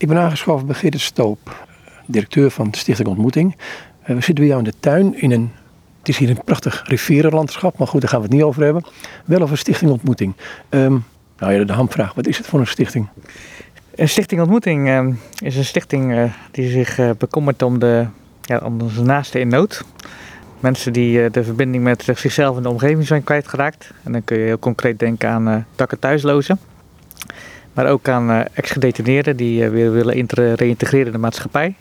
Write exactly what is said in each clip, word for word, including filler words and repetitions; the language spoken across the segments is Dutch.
Ik ben aangeschoven bij Gerrit Stoop, directeur van de Stichting Ontmoeting. Uh, we zitten bij jou in de tuin. In een, het is hier een prachtig rivierenlandschap, maar goed, daar gaan we het niet over hebben. Wel over Stichting Ontmoeting. Um, nou ja, de hamvraag, wat is het voor een stichting? Een Stichting Ontmoeting uh, is een stichting uh, die zich uh, bekommert om de, ja, om onze naasten in nood. Mensen die uh, de verbinding met zichzelf en de omgeving zijn kwijtgeraakt. En dan kun je heel concreet denken aan uh, dak- en thuislozen. Maar ook aan uh, ex-gedetineerden die uh, weer willen inter- reïntegreren in de maatschappij.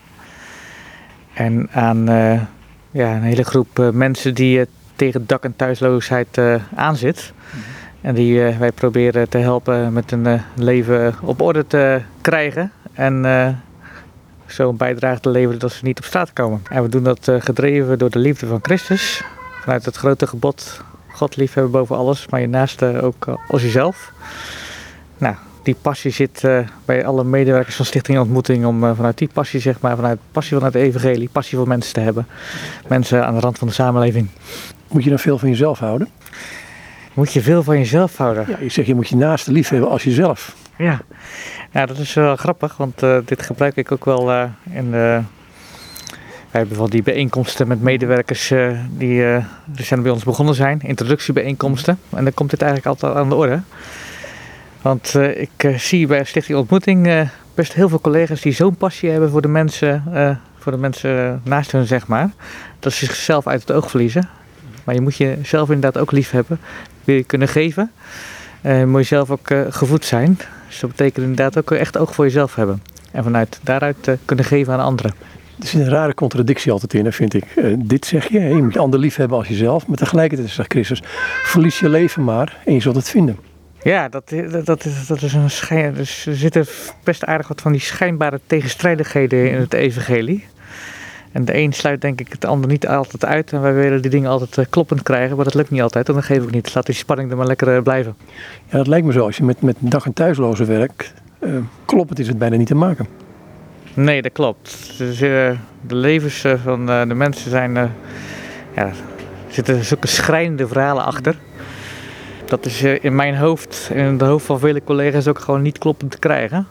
En aan uh, ja, een hele groep uh, mensen die uh, tegen dak- en thuisloosheid uh, aanzit. Mm-hmm. En die uh, wij proberen te helpen met een uh, leven op orde te krijgen. En uh, zo een bijdrage te leveren dat ze niet op straat komen. En we doen dat uh, gedreven door de liefde van Christus. Vanuit het grote gebod, God liefhebben boven alles, maar je naaste ook uh, als jezelf. Nou, die passie zit uh, bij alle medewerkers van Stichting Ontmoeting om uh, vanuit die passie, zeg maar, vanuit passie vanuit de evangelie, passie voor mensen te hebben. Mensen aan de rand van de samenleving. Moet je dan veel van jezelf houden? Moet je veel van jezelf houden? Ja, je zegt je moet je naaste lief hebben als jezelf. Ja, ja, dat is wel grappig, want uh, dit gebruik ik ook wel uh, in de... Wij hebben wel die bijeenkomsten met medewerkers uh, die uh, recent bij ons begonnen zijn, introductiebijeenkomsten. En dan komt dit eigenlijk altijd aan de orde. Want uh, ik uh, zie bij Stichting Ontmoeting uh, best heel veel collega's die zo'n passie hebben voor de mensen, uh, voor de mensen naast hun, zeg maar. Dat ze zichzelf uit het oog verliezen. Maar je moet jezelf inderdaad ook lief hebben. Wil je kunnen geven, uh, moet je zelf ook uh, gevoed zijn. Dus dat betekent inderdaad ook echt oog voor jezelf hebben. En vanuit daaruit uh, kunnen geven aan anderen. Er zit een rare contradictie altijd in, vind ik. Uh, dit zeg je, je moet je ander lief hebben als jezelf. Maar tegelijkertijd zegt Christus, verlies je leven maar en je zult het vinden. Ja, dat, dat, is, dat is een schijn. Dus er zitten best aardig wat van die schijnbare tegenstrijdigheden in het evangelie. En de een sluit denk ik het ander niet altijd uit. En wij willen die dingen altijd uh, kloppend krijgen, maar dat lukt niet altijd. En dan geef ik niet. Laat die spanning er maar lekker uh, blijven. Ja, dat lijkt me zo. Als je met, met dag- en thuislozen werkt, uh, kloppend is het bijna niet te maken. Nee, dat klopt. Dus, uh, de levens uh, van uh, de mensen zijn... Uh, ja, er zitten zulke schrijnende verhalen achter. Dat is uh, in mijn hoofd en in de hoofd van vele collega's ook gewoon niet kloppend te krijgen.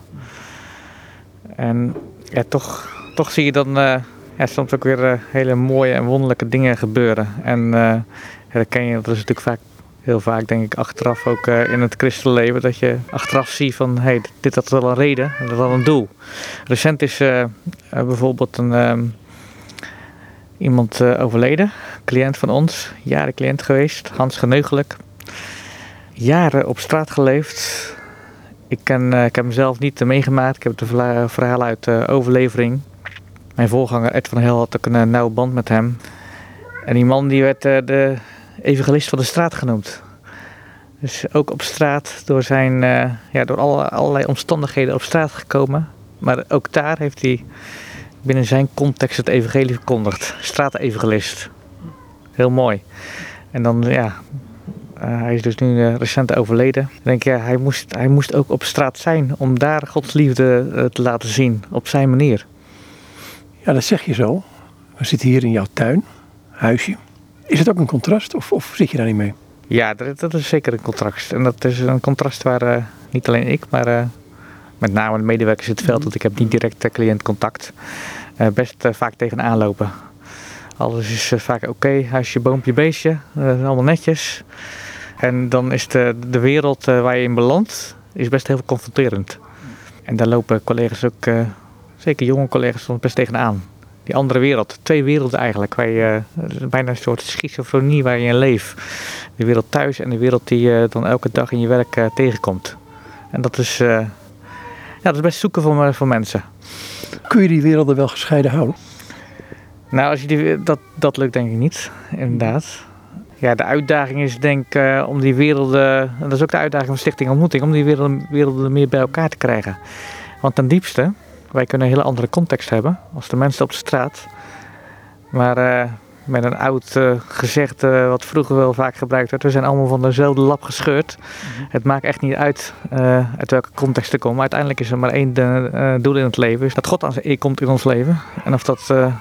En ja, toch, toch zie je dan... Uh, Ja, soms ook weer uh, hele mooie en wonderlijke dingen gebeuren. En uh, ja, dat ken je, dat is natuurlijk vaak, heel vaak denk ik achteraf ook uh, in het christenleven. Dat je achteraf ziet van, hé, hey, dit had wel een reden, dat had een doel. Recent is uh, uh, bijvoorbeeld een, um, iemand uh, overleden, een cliënt van ons, jaren cliënt geweest, Hans Geneugelijk. Jaren op straat geleefd. Ik, ken, uh, ik heb hem zelf niet uh, meegemaakt, ik heb de verha- verhalen uit uh, overlevering. Mijn voorganger Ed van Hel had ook een uh, nauwe band met hem. En die man die werd uh, de evangelist van de straat genoemd. Dus ook op straat, door, zijn, uh, ja, door alle, allerlei omstandigheden op straat gekomen. Maar ook daar heeft hij binnen zijn context het evangelie verkondigd. Straatevangelist. Heel mooi. En dan, ja, uh, hij is dus nu uh, recent overleden. Ik denk, ja, hij moest, hij moest ook op straat zijn om daar Gods liefde uh, te laten zien. Op zijn manier. Ja, dat zeg je zo. We zitten hier in jouw tuin, huisje. Is het ook een contrast of, of zit je daar niet mee? Ja, dat, dat is zeker een contrast. En dat is een contrast waar uh, niet alleen ik, maar uh, met name de medewerkers in het veld, want ik heb niet direct uh, cliëntcontact, uh, best uh, vaak tegenaan lopen. Alles is uh, vaak oké, okay, huisje, boompje, beestje, uh, allemaal netjes. En dan is de, de wereld uh, waar je in belandt, is best heel confronterend. En daar lopen collega's ook... Uh, Zeker jonge collega's soms best tegenaan. Die andere wereld. Twee werelden eigenlijk. Waar je, uh, bijna een soort schizofrenie waar je in leeft. De wereld thuis en de wereld die je uh, dan elke dag in je werk uh, tegenkomt. En dat is, uh, ja, dat is best zoeken voor, voor mensen. Kun je die werelden wel gescheiden houden? Nou, als je die, dat, dat lukt denk ik niet. Inderdaad. Ja, de uitdaging is denk ik uh, om die werelden... En dat is ook de uitdaging van Stichting Ontmoeting. Om die werelden, werelden meer bij elkaar te krijgen. Want ten diepste... Wij kunnen een hele andere context hebben als de mensen op de straat. Maar uh, met een oud uh, gezegde wat vroeger wel vaak gebruikt werd. We zijn allemaal van dezelfde lap gescheurd. Mm-hmm. Het maakt echt niet uit uh, uit welke context te komen. Maar uiteindelijk is er maar één uh, doel in het leven. Is dat God aan zijn eer komt in ons leven. En of dat... Uh,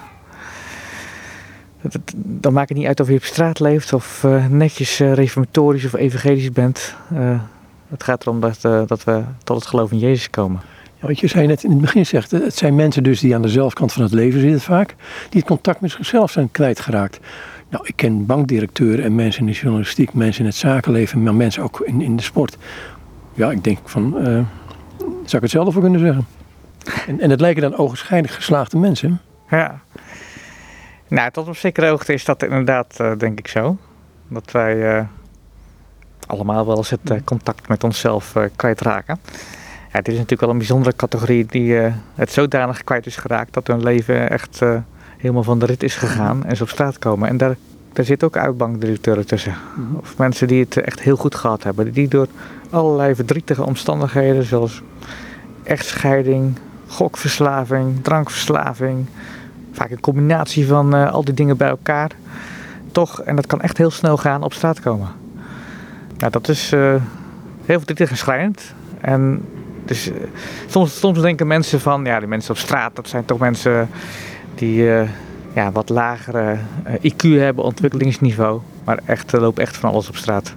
dat, dat dan maakt het niet uit of je op straat leeft. Of uh, netjes uh, reformatorisch of evangelisch bent. Uh, het gaat erom dat, uh, dat we tot het geloof in Jezus komen. Ja, wat je zei net in het begin zegt, het zijn mensen dus die aan de zelfkant van het leven zitten vaak, die het contact met zichzelf zijn kwijtgeraakt. Nou, ik ken bankdirecteuren en mensen in de journalistiek, mensen in het zakenleven, maar mensen ook in, in de sport. Ja, ik denk van, uh, zou ik hetzelfde voor kunnen zeggen. En, en het lijken dan ogenschijnlijk geslaagde mensen. Ja. Nou, tot op zekere hoogte is dat inderdaad, uh, denk ik zo. Dat wij uh, allemaal wel eens het uh, contact met onszelf uh, kwijtraken. Ja, dit is natuurlijk wel een bijzondere categorie die uh, het zodanig kwijt is geraakt dat hun leven echt uh, helemaal van de rit is gegaan en ze op straat komen. En daar, daar zitten ook oud-bankdirecteuren tussen. Of mensen die het echt heel goed gehad hebben. Die door allerlei verdrietige omstandigheden zoals echtscheiding, gokverslaving, drankverslaving, vaak een combinatie van uh, al die dingen bij elkaar, toch, en dat kan echt heel snel gaan, op straat komen. Nou, dat is uh, heel verdrietig en schrijnend. En dus, uh, soms, soms denken mensen van, ja, die mensen op straat, dat zijn toch mensen die uh, ja, wat lagere uh, I Q hebben, ontwikkelingsniveau. Maar echt, er loopt echt van alles op straat.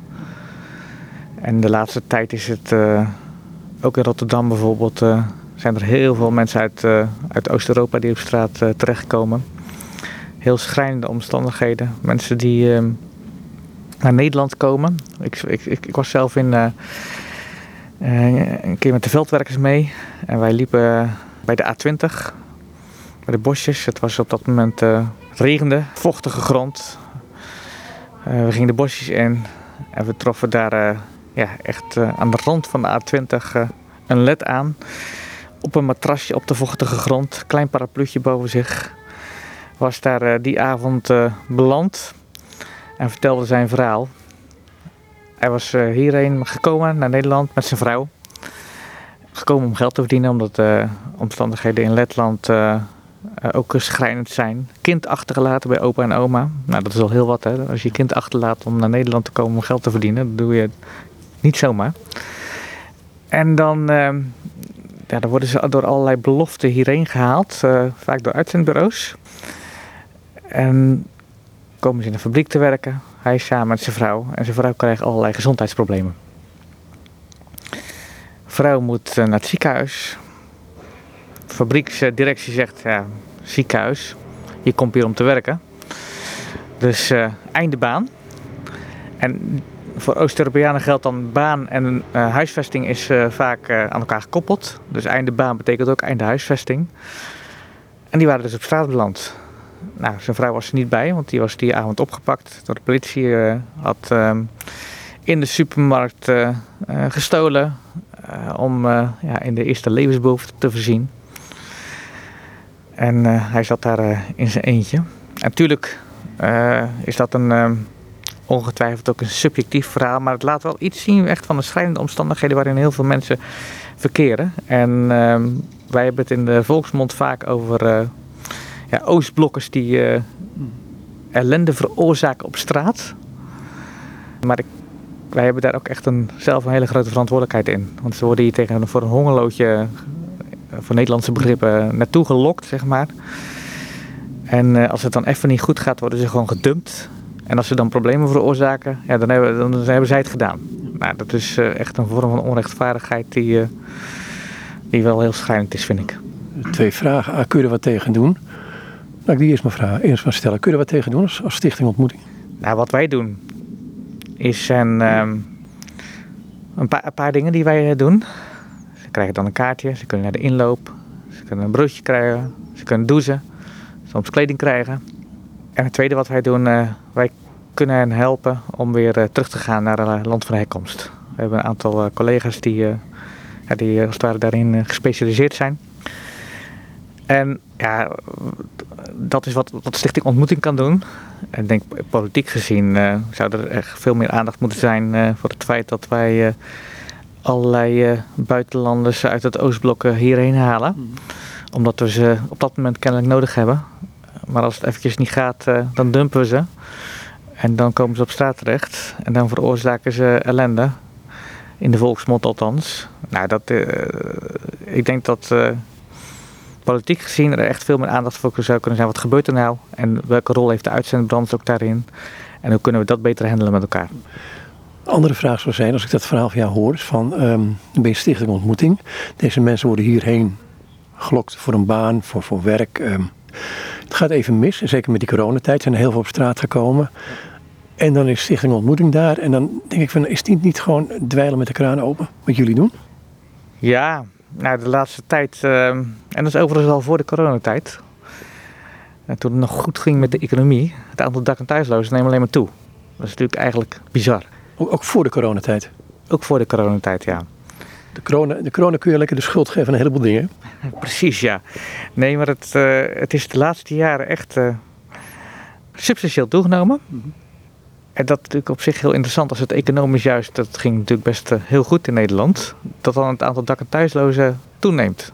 En de laatste tijd is het, uh, ook in Rotterdam bijvoorbeeld, uh, zijn er heel veel mensen uit, uh, uit Oost-Europa die op straat uh, terechtkomen. Heel schrijnende omstandigheden. Mensen die uh, naar Nederland komen. Ik, ik, ik, ik was zelf in, uh, uh, een keer met de veldwerkers mee. En wij liepen bij de A twintig. Bij de bosjes. Het was op dat moment, uh, het regende. Vochtige grond. Uh, we gingen de bosjes in. En we troffen daar uh, ja, echt uh, aan de rand van de A twintig uh, een led aan. Op een matrasje op de vochtige grond. Klein parapluutje boven zich. Was daar uh, die avond uh, beland. En vertelde zijn verhaal. Hij was uh, hierheen gekomen naar Nederland met zijn vrouw. Gekomen om geld te verdienen. Omdat de uh, omstandigheden in Letland uh, uh, ook schrijnend zijn. Kind achtergelaten bij opa en oma. Nou, dat is al heel wat, hè. Als je je kind achterlaat om naar Nederland te komen om geld te verdienen. Dat doe je niet zomaar. En dan... Uh, Ja, dan worden ze door allerlei beloften hierheen gehaald, uh, vaak door uitzendbureaus. En komen ze in een fabriek te werken, hij is samen met zijn vrouw. En zijn vrouw krijgt allerlei gezondheidsproblemen. De vrouw moet uh, naar het ziekenhuis. De fabrieksdirectie zegt, ja, ziekenhuis, je komt hier om te werken. Dus uh, einde baan. En voor Oost-Europeanen geldt dan baan en uh, huisvesting is uh, vaak uh, aan elkaar gekoppeld. Dus einde baan betekent ook einde huisvesting. En die waren dus op straat beland. Nou, zijn vrouw was er niet bij, want die was die avond opgepakt door de politie. Uh, had uh, in de supermarkt uh, uh, gestolen uh, om uh, ja, in de eerste levensbehoeften te voorzien. En uh, hij zat daar uh, in zijn eentje. En natuurlijk uh, is dat een... Uh, ongetwijfeld ook een subjectief verhaal, maar het laat wel iets zien echt van de schrijnende omstandigheden waarin heel veel mensen verkeren. En uh, wij hebben het in de volksmond vaak over uh, ja, Oostblokkers die uh, ellende veroorzaken op straat. Maar ik, wij hebben daar ook echt een, zelf een hele grote verantwoordelijkheid in. Want ze worden hier tegen voor een hongerloodje, uh, voor Nederlandse begrippen, naartoe gelokt, zeg maar. En uh, als het dan even niet goed gaat, worden ze gewoon gedumpt. En als ze dan problemen veroorzaken, ja, dan, hebben, dan hebben zij het gedaan. Nou, dat is uh, echt een vorm van onrechtvaardigheid die, uh, die wel heel schrijnend is, vind ik. Twee vragen. Ah, kun je er wat tegen doen? Laat ik die eerst maar, vragen, eerst maar stellen. Kun je er wat tegen doen als, als Stichting Ontmoeting? Nou, wat wij doen is een, um, een, paar, een paar dingen die wij doen. Ze krijgen dan een kaartje, ze kunnen naar de inloop, ze kunnen een broodje krijgen, ze kunnen douchen, soms kleding krijgen. En het tweede wat wij doen, uh, wij kunnen hen helpen om weer uh, terug te gaan naar het uh, land van herkomst. We hebben een aantal uh, collega's die, uh, ja, die uh, als het ware daarin uh, gespecialiseerd zijn. En ja, dat is wat, wat Stichting Ontmoeting kan doen. En ik denk politiek gezien uh, zou er echt veel meer aandacht moeten zijn uh, voor het feit dat wij uh, allerlei uh, buitenlanders uit het Oostblok uh, hierheen halen. Mm. Omdat we ze op dat moment kennelijk nodig hebben. Maar als het eventjes niet gaat, uh, dan dumpen we ze. En dan komen ze op straat terecht. En dan veroorzaken ze ellende. In de volksmond althans. Nou, dat, uh, ik denk dat uh, politiek gezien er echt veel meer aandacht voor zou kunnen zijn. Wat gebeurt er nou? En welke rol heeft de uitzendbrand ook daarin? En hoe kunnen we dat beter handelen met elkaar? Een andere vraag zou zijn, als ik dat verhaal van jou hoor, is van, um, dan ben je Stichting Ontmoeting. Deze mensen worden hierheen gelokt voor een baan, voor, voor werk. Um, het gaat even mis, en zeker met die coronatijd zijn er heel veel op straat gekomen. En dan is Stichting Ontmoeting daar. En dan denk ik van, is het niet gewoon dweilen met de kraan open, wat jullie doen? Ja, nou de laatste tijd, uh, en dat is overigens al voor de coronatijd. En toen het nog goed ging met de economie, het aantal dak- en thuislozen neemt alleen maar toe. Dat is natuurlijk eigenlijk bizar. Ook, ook voor de coronatijd? Ook voor de coronatijd, ja. De corona, de corona kun je lekker de schuld geven aan een heleboel dingen. Precies, ja. Nee, maar het, uh, het is de laatste jaren echt uh, substantieel toegenomen. Mm-hmm. En dat is natuurlijk op zich heel interessant als het economisch juist, dat ging natuurlijk best uh, heel goed in Nederland, dat dan het aantal dak- en thuislozen toeneemt.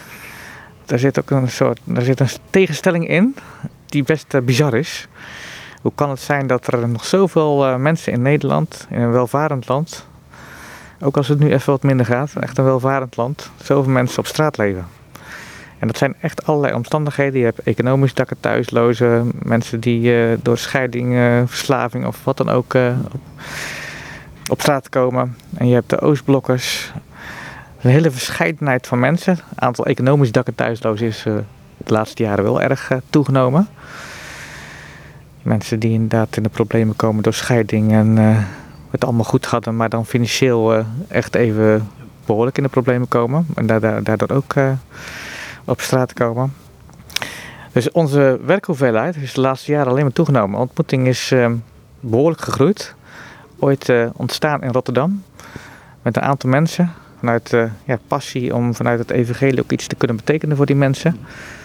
Daar zit ook een soort, daar zit een tegenstelling in die best uh, bizar is. Hoe kan het zijn dat er nog zoveel uh, mensen in Nederland, in een welvarend land, ook als het nu even wat minder gaat, echt een welvarend land, zoveel mensen op straat leven. En dat zijn echt allerlei omstandigheden. Je hebt economisch dak- en thuislozen, mensen die uh, door scheiding, uh, verslaving of wat dan ook uh, op, op straat komen. En je hebt de Oostblokkers. Een hele verscheidenheid van mensen. Het aantal economisch dak- en thuislozen is uh, de laatste jaren wel erg uh, toegenomen. Mensen die inderdaad in de problemen komen door scheiding en uh, het allemaal goed hadden, maar dan financieel uh, echt even behoorlijk in de problemen komen. En daardoor ook uh, op straat komen. Dus onze werkhoeveelheid is de laatste jaren alleen maar toegenomen. Ontmoeting is uh, behoorlijk gegroeid. Ooit uh, ontstaan in Rotterdam. Met een aantal mensen. Vanuit uh, ja, passie om vanuit het evangelie ook iets te kunnen betekenen voor die mensen.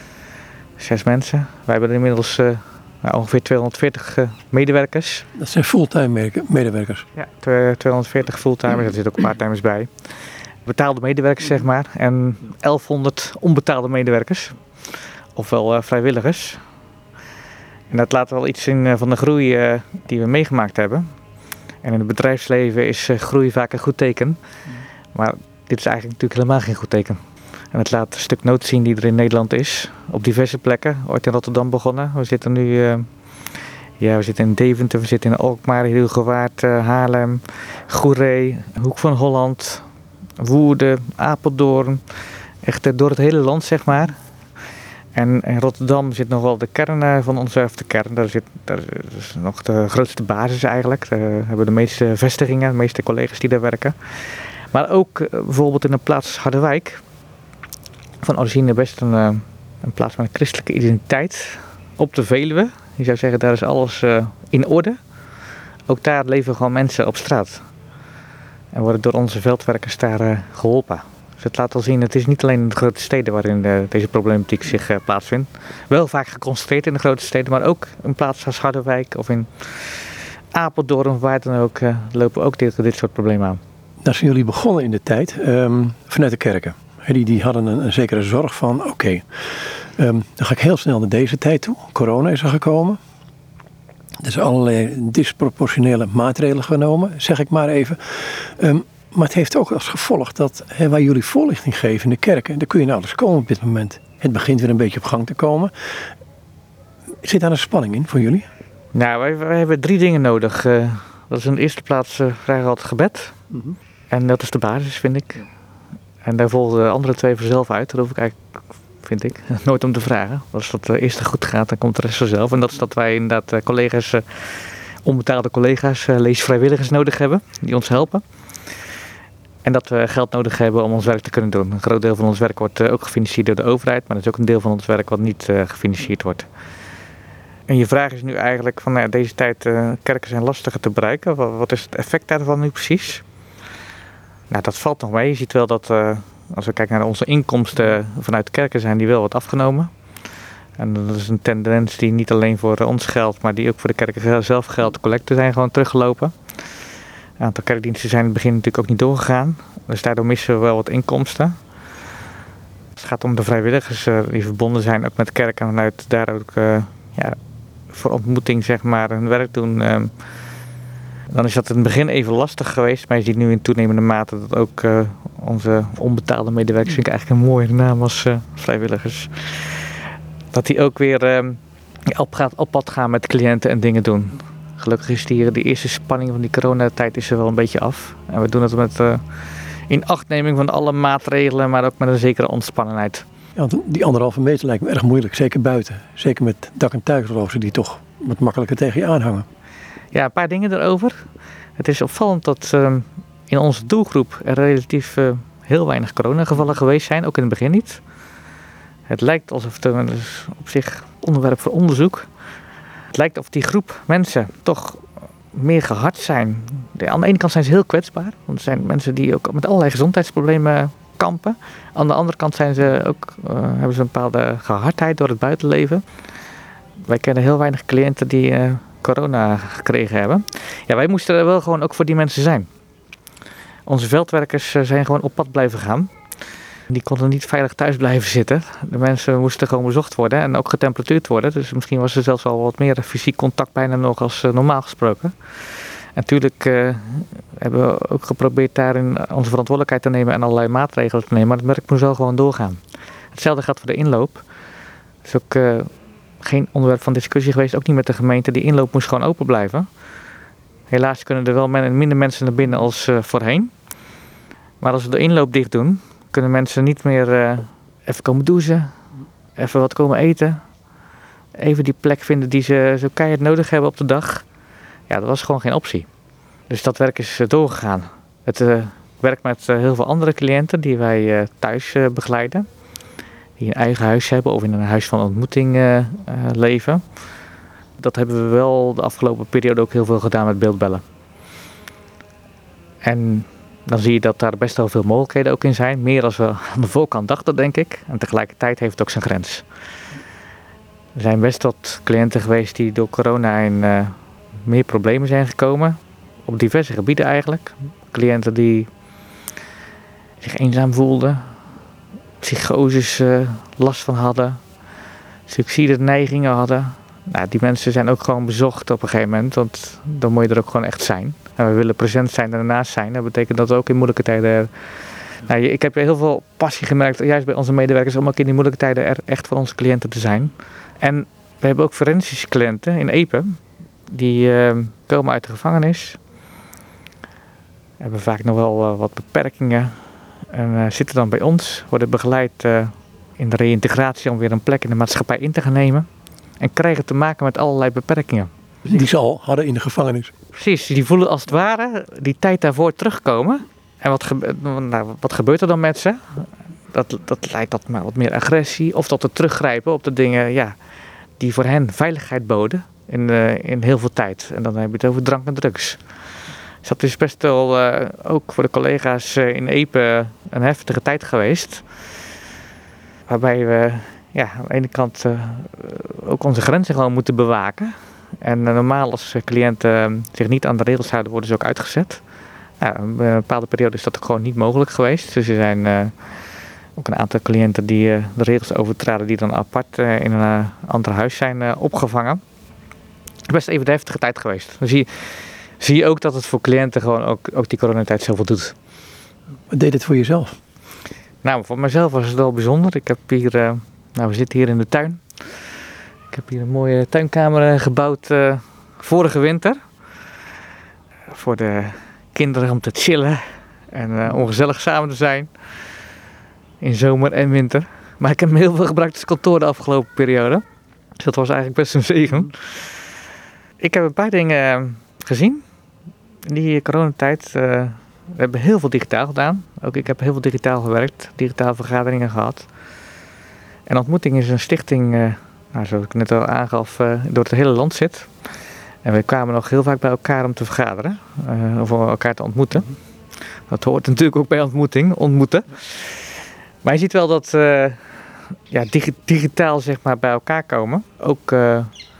Zes mensen. Wij hebben inmiddels uh, nou, ongeveer tweehonderdveertig uh, medewerkers. Dat zijn fulltime medewerkers? Ja, tweehonderdveertig fulltimers. Er zitten ook parttimers bij. Betaalde medewerkers, zeg maar. En elfhonderd onbetaalde medewerkers. Ofwel uh, vrijwilligers. En dat laat wel iets zien uh, van de groei uh, die we meegemaakt hebben. En in het bedrijfsleven is uh, groei vaak een goed teken. Maar dit is eigenlijk natuurlijk helemaal geen goed teken. En het laat een stuk nood zien die er in Nederland is. Op diverse plekken. Ooit in Rotterdam begonnen. We zitten nu uh, ja, we zitten in Deventer, we zitten in Alkmaar, Heerhugowaard, uh, Haarlem, Goeree, Hoek van Holland, Woerden, Apeldoorn. Echt uh, door het hele land, zeg maar. En in Rotterdam zit nog wel de kern uh, van onze, of de kern, daar zit daar is nog de grootste basis eigenlijk. Daar hebben we de meeste vestigingen, de meeste collega's die daar werken. Maar ook uh, bijvoorbeeld in een plaats als Harderwijk. Van origine best een, uh, een plaats met een christelijke identiteit. Op de Veluwe. Je zou zeggen, daar is alles uh, in orde. Ook daar leven gewoon mensen op straat. En worden door onze veldwerkers daar uh, geholpen. Dus het laat al zien, het is niet alleen in de grote steden waarin uh, deze problematiek zich uh, plaatsvindt. Wel vaak geconcentreerd in de grote steden, maar ook in plaatsen als Harderwijk of in Apeldoorn of waar dan ook, uh, lopen ook dit, dit soort problemen aan. Nou zijn jullie begonnen in de tijd um, vanuit de kerken. He, die, die hadden een, een zekere zorg van, oké, okay, um, dan ga ik heel snel naar deze tijd toe. Corona is er gekomen. Er zijn allerlei disproportionele maatregelen genomen, zeg ik maar even. Um, maar het heeft ook als gevolg dat he, waar jullie voorlichting geven in de kerken, daar kun je naar alles komen op dit moment. Het begint weer een beetje op gang te komen. Zit daar een spanning in voor jullie? Nou, wij, wij hebben drie dingen nodig. Uh, dat is in de eerste plaats uh, vrijwel het gebed. Mm-hmm. En dat is de basis, vind ik. En daar volgen de andere twee vanzelf uit. Dat hoef ik eigenlijk, vind ik, nooit om te vragen. Als dat uh, eerste goed gaat, dan komt de rest vanzelf. En dat is dat wij inderdaad uh, collega's, uh, onbetaalde collega's, uh, leesvrijwilligers nodig hebben. Die ons helpen. En dat we geld nodig hebben om ons werk te kunnen doen. Een groot deel van ons werk wordt uh, ook gefinancierd door de overheid. Maar er is ook een deel van ons werk wat niet uh, gefinancierd wordt. En je vraag is nu eigenlijk van, nou, deze tijd, uh, kerken zijn lastiger te bereiken. Wat, wat is het effect daarvan nu precies? Nou, dat valt nog mee. Je ziet wel dat, uh, als we kijken naar onze inkomsten vanuit de kerken, zijn die wel wat afgenomen. En dat is een tendens die niet alleen voor ons geldt, maar die ook voor de kerken zelf geldt. De collecten zijn gewoon teruggelopen. Een aantal kerkdiensten zijn in het begin natuurlijk ook niet doorgegaan. Dus daardoor missen we wel wat inkomsten. Het gaat om de vrijwilligers uh, die verbonden zijn ook met de kerk en vanuit daar ook uh, ja, voor ontmoeting zeg maar hun werk doen. Uh, dan is dat in het begin even lastig geweest, maar je ziet nu in toenemende mate dat ook uh, onze onbetaalde medewerkers, vind ik eigenlijk een mooie naam als uh, vrijwilligers, dat die ook weer uh, op, gaat, op pad gaan met cliënten en dingen doen. Gelukkig is die, die eerste spanning van die coronatijd is er wel een beetje af. En we doen het met uh, inachtneming van alle maatregelen, maar ook met een zekere ontspannenheid. Ja, want die anderhalve meter lijkt me erg moeilijk, zeker buiten. Zeker met dak- en tuigrozen die toch wat makkelijker tegen je aanhangen. Ja, een paar dingen erover. Het is opvallend dat uh, in onze doelgroep er relatief uh, heel weinig coronagevallen geweest zijn, ook in het begin niet. Het lijkt alsof het uh, op zich onderwerp voor onderzoek. Het lijkt of die groep mensen toch meer gehard zijn. De, aan de ene kant zijn ze heel kwetsbaar, want er zijn mensen die ook met allerlei gezondheidsproblemen kampen. Aan de andere kant zijn ze ook, uh, hebben ze een bepaalde gehardheid door het buitenleven. Wij kennen heel weinig cliënten die uh, corona gekregen hebben. Ja, wij moesten er wel gewoon ook voor die mensen zijn. Onze veldwerkers uh, zijn gewoon op pad blijven gaan. Die konden niet veilig thuis blijven zitten. De mensen moesten gewoon bezocht worden en ook getemperatuurd worden. Dus misschien was er zelfs al wat meer fysiek contact bijna nog als uh, normaal gesproken. En natuurlijk uh, hebben we ook geprobeerd daarin onze verantwoordelijkheid te nemen en allerlei maatregelen te nemen. Maar het werk moest wel gewoon doorgaan. Hetzelfde geldt voor de inloop. Het is ook uh, geen onderwerp van discussie geweest, ook niet met de gemeente. Die inloop moest gewoon open blijven. Helaas kunnen er wel minder mensen naar binnen als uh, voorheen. Maar als we de inloop dicht doen, kunnen mensen niet meer uh, even komen douchen, even wat komen eten. Even die plek vinden die ze zo keihard nodig hebben op de dag. Ja, dat was gewoon geen optie. Dus dat werk is uh, doorgegaan. Het uh, werk met uh, heel veel andere cliënten die wij uh, thuis uh, begeleiden. Die een eigen huis hebben of in een huis van ontmoeting uh, uh, leven. Dat hebben we wel de afgelopen periode ook heel veel gedaan met beeldbellen. En dan zie je dat daar best wel veel mogelijkheden ook in zijn. Meer dan we aan de voorkant dachten, denk ik. En tegelijkertijd heeft het ook zijn grens. Er zijn best wat cliënten geweest die door corona in uh, meer problemen zijn gekomen. Op diverse gebieden eigenlijk. Cliënten die zich eenzaam voelden. Psychoses uh, last van hadden. Suïcide neigingen hadden. Nou, die mensen zijn ook gewoon bezocht op een gegeven moment. Want dan moet je er ook gewoon echt zijn. En we willen present zijn en ernaast zijn. Dat betekent dat we ook in moeilijke tijden... Er, nou, ik heb heel veel passie gemerkt, juist bij onze medewerkers, om ook in die moeilijke tijden er echt voor onze cliënten te zijn. En we hebben ook forensische cliënten in Epe. Die uh, komen uit de gevangenis. Hebben vaak nog wel uh, wat beperkingen. En uh, zitten dan bij ons. Worden begeleid uh, in de reïntegratie om weer een plek in de maatschappij in te gaan nemen. En krijgen te maken met allerlei beperkingen. Die ze al hadden in de gevangenis. Precies, die voelen als het ware die tijd daarvoor terugkomen. En wat, gebe- nou, wat gebeurt er dan met ze? Dat, dat leidt tot maar wat meer agressie. Of tot het teruggrijpen op de dingen ja, die voor hen veiligheid boden in, uh, in heel veel tijd. En dan heb je het over drank en drugs. Dus dat is best wel uh, ook voor de collega's uh, in Epe een heftige tijd geweest. Waarbij we ja, aan de ene kant uh, ook onze grenzen gewoon moeten bewaken. En uh, normaal als cliënten uh, zich niet aan de regels houden, worden ze ook uitgezet. Nou, in een bepaalde periode is dat ook gewoon niet mogelijk geweest. Dus er zijn uh, ook een aantal cliënten die uh, de regels overtraden, die dan apart uh, in een uh, ander huis zijn uh, opgevangen. Het is best even de heftige tijd geweest. Dan zie je, zie je ook dat het voor cliënten gewoon ook, ook die coronatijd zoveel doet. Wat deed het voor jezelf? Nou, voor mezelf was het wel bijzonder. Ik heb hier, uh, nou, we zitten hier in de tuin. Ik heb hier een mooie tuinkamer gebouwd uh, vorige winter. Voor de kinderen om te chillen en uh, ongezellig samen te zijn. In zomer en winter. Maar ik heb hem heel veel gebruikt als kantoor de afgelopen periode. Dus dat was eigenlijk best een zegen. Ik heb een paar dingen gezien in die coronatijd. Uh, we hebben heel veel digitaal gedaan. Ook ik heb heel veel digitaal gewerkt. Digitale vergaderingen gehad. En Ontmoeting is een stichting, uh, nou, zoals ik net al aangaf, uh, door het hele land zit. En we kwamen nog heel vaak bij elkaar om te vergaderen. Uh, of om elkaar te ontmoeten. Dat hoort natuurlijk ook bij ontmoeting, ontmoeten. Maar je ziet wel dat uh, ja, dig- digitaal zeg maar, bij elkaar komen ook uh,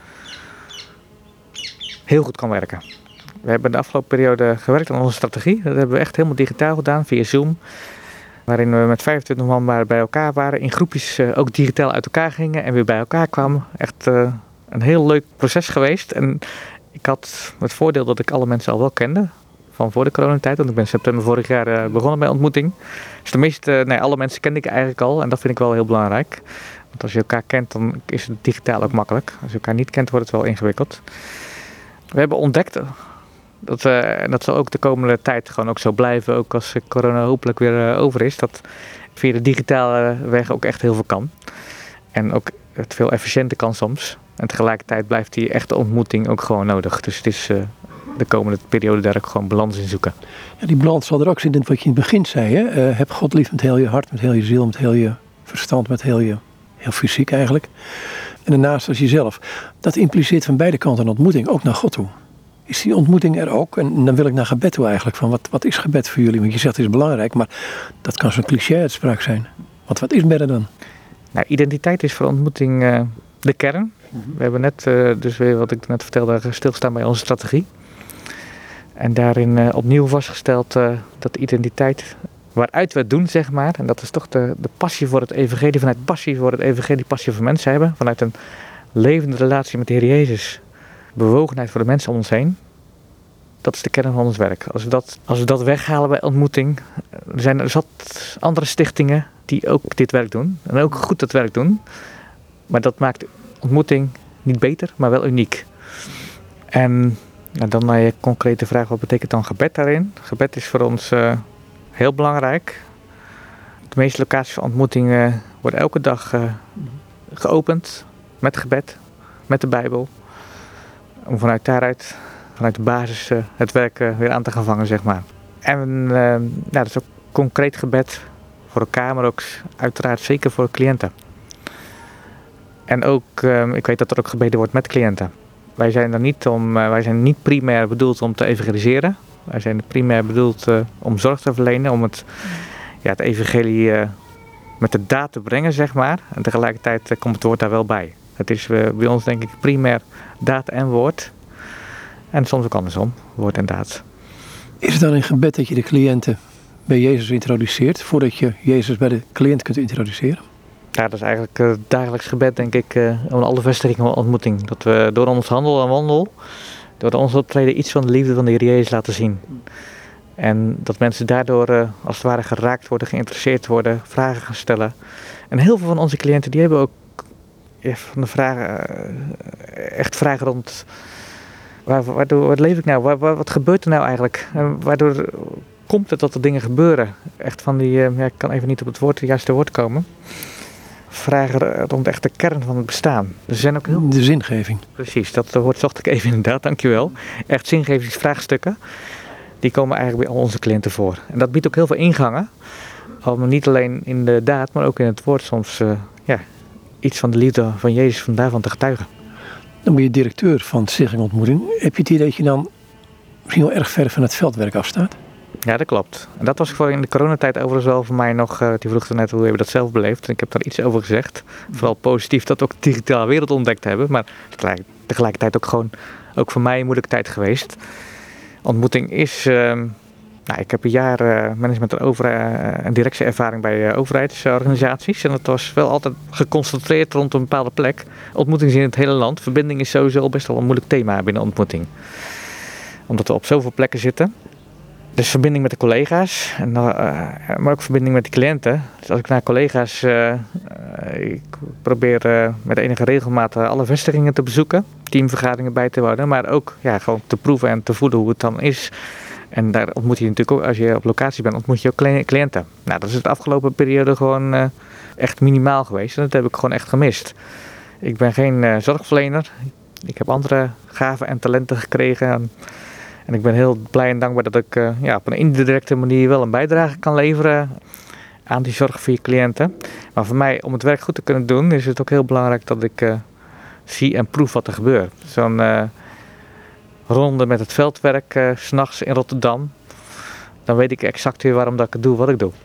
heel goed kan werken. We hebben de afgelopen periode gewerkt aan onze strategie. Dat hebben we echt helemaal digitaal gedaan via Zoom. Waarin we met vijfentwintig man bij elkaar waren. In groepjes uh, ook digitaal uit elkaar gingen en weer bij elkaar kwamen. Echt uh, een heel leuk proces geweest. En ik had het voordeel dat ik alle mensen al wel kende. Van voor de coronatijd. Want ik ben september vorig jaar uh, begonnen bij Ontmoeting. Dus de meeste, nee, alle mensen kende ik eigenlijk al. En dat vind ik wel heel belangrijk. Want als je elkaar kent, dan is het digitaal ook makkelijk. Als je elkaar niet kent, wordt het wel ingewikkeld. We hebben ontdekt dat, uh, en dat zal ook de komende tijd gewoon ook zo blijven, ook als corona hopelijk weer uh, over is, dat via de digitale weg ook echt heel veel kan. En ook het veel efficiënter kan soms. En tegelijkertijd blijft die echte ontmoeting ook gewoon nodig. Dus het is uh, de komende periode daar ook gewoon balans in zoeken. Ja, die balans zal er ook zitten in wat je in het begin zei. Hè? Uh, heb God lief met heel je hart, met heel je ziel, met heel je verstand, met heel je heel fysiek eigenlijk. En daarnaast als jezelf. Dat impliceert van beide kanten een ontmoeting, ook naar God toe. Is die ontmoeting er ook? En dan wil ik naar gebed toe eigenlijk. Van wat, wat is gebed voor jullie? Want je zegt het is belangrijk, maar dat kan zo'n cliché-uitspraak zijn. Want wat is bedden dan? Nou, identiteit is voor ontmoeting uh, de kern. Mm-hmm. We hebben net, uh, dus weer wat ik net vertelde, stilstaan bij onze strategie. En daarin uh, opnieuw vastgesteld uh, dat identiteit, waaruit we het doen, zeg maar. En dat is toch de, de passie voor het evangelie, vanuit passie voor het evangelie, passie voor mensen hebben. Vanuit een levende relatie met de Heer Jezus. Bewogenheid voor de mensen om ons heen. Dat is de kern van ons werk. Als we dat, als we dat weghalen bij ontmoeting, er zijn er zat andere stichtingen die ook dit werk doen. En ook goed dat werk doen. Maar dat maakt ontmoeting niet beter, maar wel uniek. En nou, dan naar je concrete vraag, wat betekent dan gebed daarin? Gebed is voor ons uh, heel belangrijk. De meeste locaties van ontmoeting uh, worden elke dag uh, geopend met gebed, met de Bijbel. Om vanuit daaruit, vanuit de basis, uh, het werk uh, weer aan te gaan vangen, zeg maar. En uh, nou, dat is ook concreet gebed voor elkaar, maar ook uiteraard zeker voor cliënten. En ook, uh, ik weet dat er ook gebeden wordt met cliënten. Wij zijn er niet om, uh, wij zijn niet primair bedoeld om te evangeliseren. Wij zijn primair bedoeld uh, om zorg te verlenen, om het, ja, het evangelie uh, met de daad te brengen, zeg maar. En tegelijkertijd uh, komt het woord daar wel bij. Het is uh, bij ons denk ik primair daad en woord. En soms ook andersom, woord en daad. Is het dan in gebed dat je de cliënten bij Jezus introduceert, voordat je Jezus bij de cliënt kunt introduceren? Ja, dat is eigenlijk het uh, dagelijks gebed, denk ik, uh, om alle vestigingen van ontmoeting. Dat we door ons handel en wandel, door ons optreden, iets van de liefde van de Heer Jezus laten zien. En dat mensen daardoor uh, als het ware geraakt worden, geïnteresseerd worden, vragen gaan stellen. En heel veel van onze cliënten die hebben ook ja, van de vragen, uh, echt vragen rond, waar, waardoor, wat leef ik nou, waar, waar, wat gebeurt er nou eigenlijk? En waardoor komt het dat er dingen gebeuren? Echt van die, uh, ja, ik kan even niet op het woord, het juiste woord komen. Vragen rond echt de kern van het bestaan. Er zijn ook heel... De zingeving. Precies, dat woord zocht ik even inderdaad, dankjewel. Echt zingevingsvraagstukken. Die komen eigenlijk bij al onze cliënten voor. En dat biedt ook heel veel ingangen. Om niet alleen in de daad, maar ook in het woord soms uh, ja, iets van de liefde van Jezus van daarvan te getuigen. Dan ben je directeur van Stichting Ontmoeting. Heb je het idee dat je dan misschien wel erg ver van het veldwerk afstaat? Ja, dat klopt. En dat was voor in de coronatijd overigens wel voor mij nog, uh, die vroeg er net hoe hebben we dat zelf beleefd. En ik heb daar iets over gezegd. Vooral positief dat we ook de digitale wereld ontdekt hebben. Maar tegelijkertijd ook gewoon, ook voor mij een moeilijke tijd geweest. Ontmoeting is, uh, nou, ik heb een jaar uh, management en, over, uh, en directieervaring bij uh, overheidsorganisaties. En dat was wel altijd geconcentreerd rond een bepaalde plek. Ontmoeting is in het hele land. Verbinding is sowieso best wel een moeilijk thema binnen ontmoeting. Omdat we op zoveel plekken zitten. Dus verbinding met de collega's, en, uh, maar ook verbinding met de cliënten. Dus als ik naar collega's, uh, uh, ik probeer uh, met enige regelmaat alle vestigingen te bezoeken, teamvergaderingen bij te wonen, maar ook ja, gewoon te proeven en te voelen hoe het dan is. En daar ontmoet je natuurlijk ook, als je op locatie bent, ontmoet je ook cliënten. Nou, dat is de afgelopen periode gewoon uh, echt minimaal geweest en dat heb ik gewoon echt gemist. Ik ben geen uh, zorgverlener, ik heb andere gaven en talenten gekregen. En, En ik ben heel blij en dankbaar dat ik uh, ja, op een indirecte manier wel een bijdrage kan leveren aan die zorg voor je cliënten. Maar voor mij, om het werk goed te kunnen doen, is het ook heel belangrijk dat ik uh, zie en proef wat er gebeurt. Zo'n uh, ronde met het veldwerk, uh, 's nachts in Rotterdam, dan weet ik exact weer waarom dat ik het doe wat ik doe.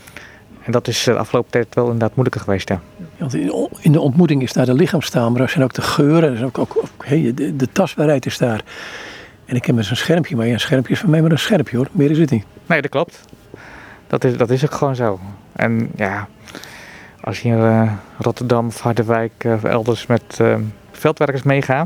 En dat is de afgelopen tijd wel inderdaad moeilijker geweest, ja. Want in de ontmoeting is daar de lichaamstaal, maar er zijn ook de geuren, er zijn ook, ook, ook hey, de, de tastbaarheid is daar. En ik heb met zo'n schermpje, maar ja, een schermpje is voor mij maar een schermpje hoor, meer is het niet. Nee, dat klopt. Dat is, dat is ook gewoon zo. En ja, als je in uh, Rotterdam of Harderwijk uh, of elders met uh, veldwerkers meegaat.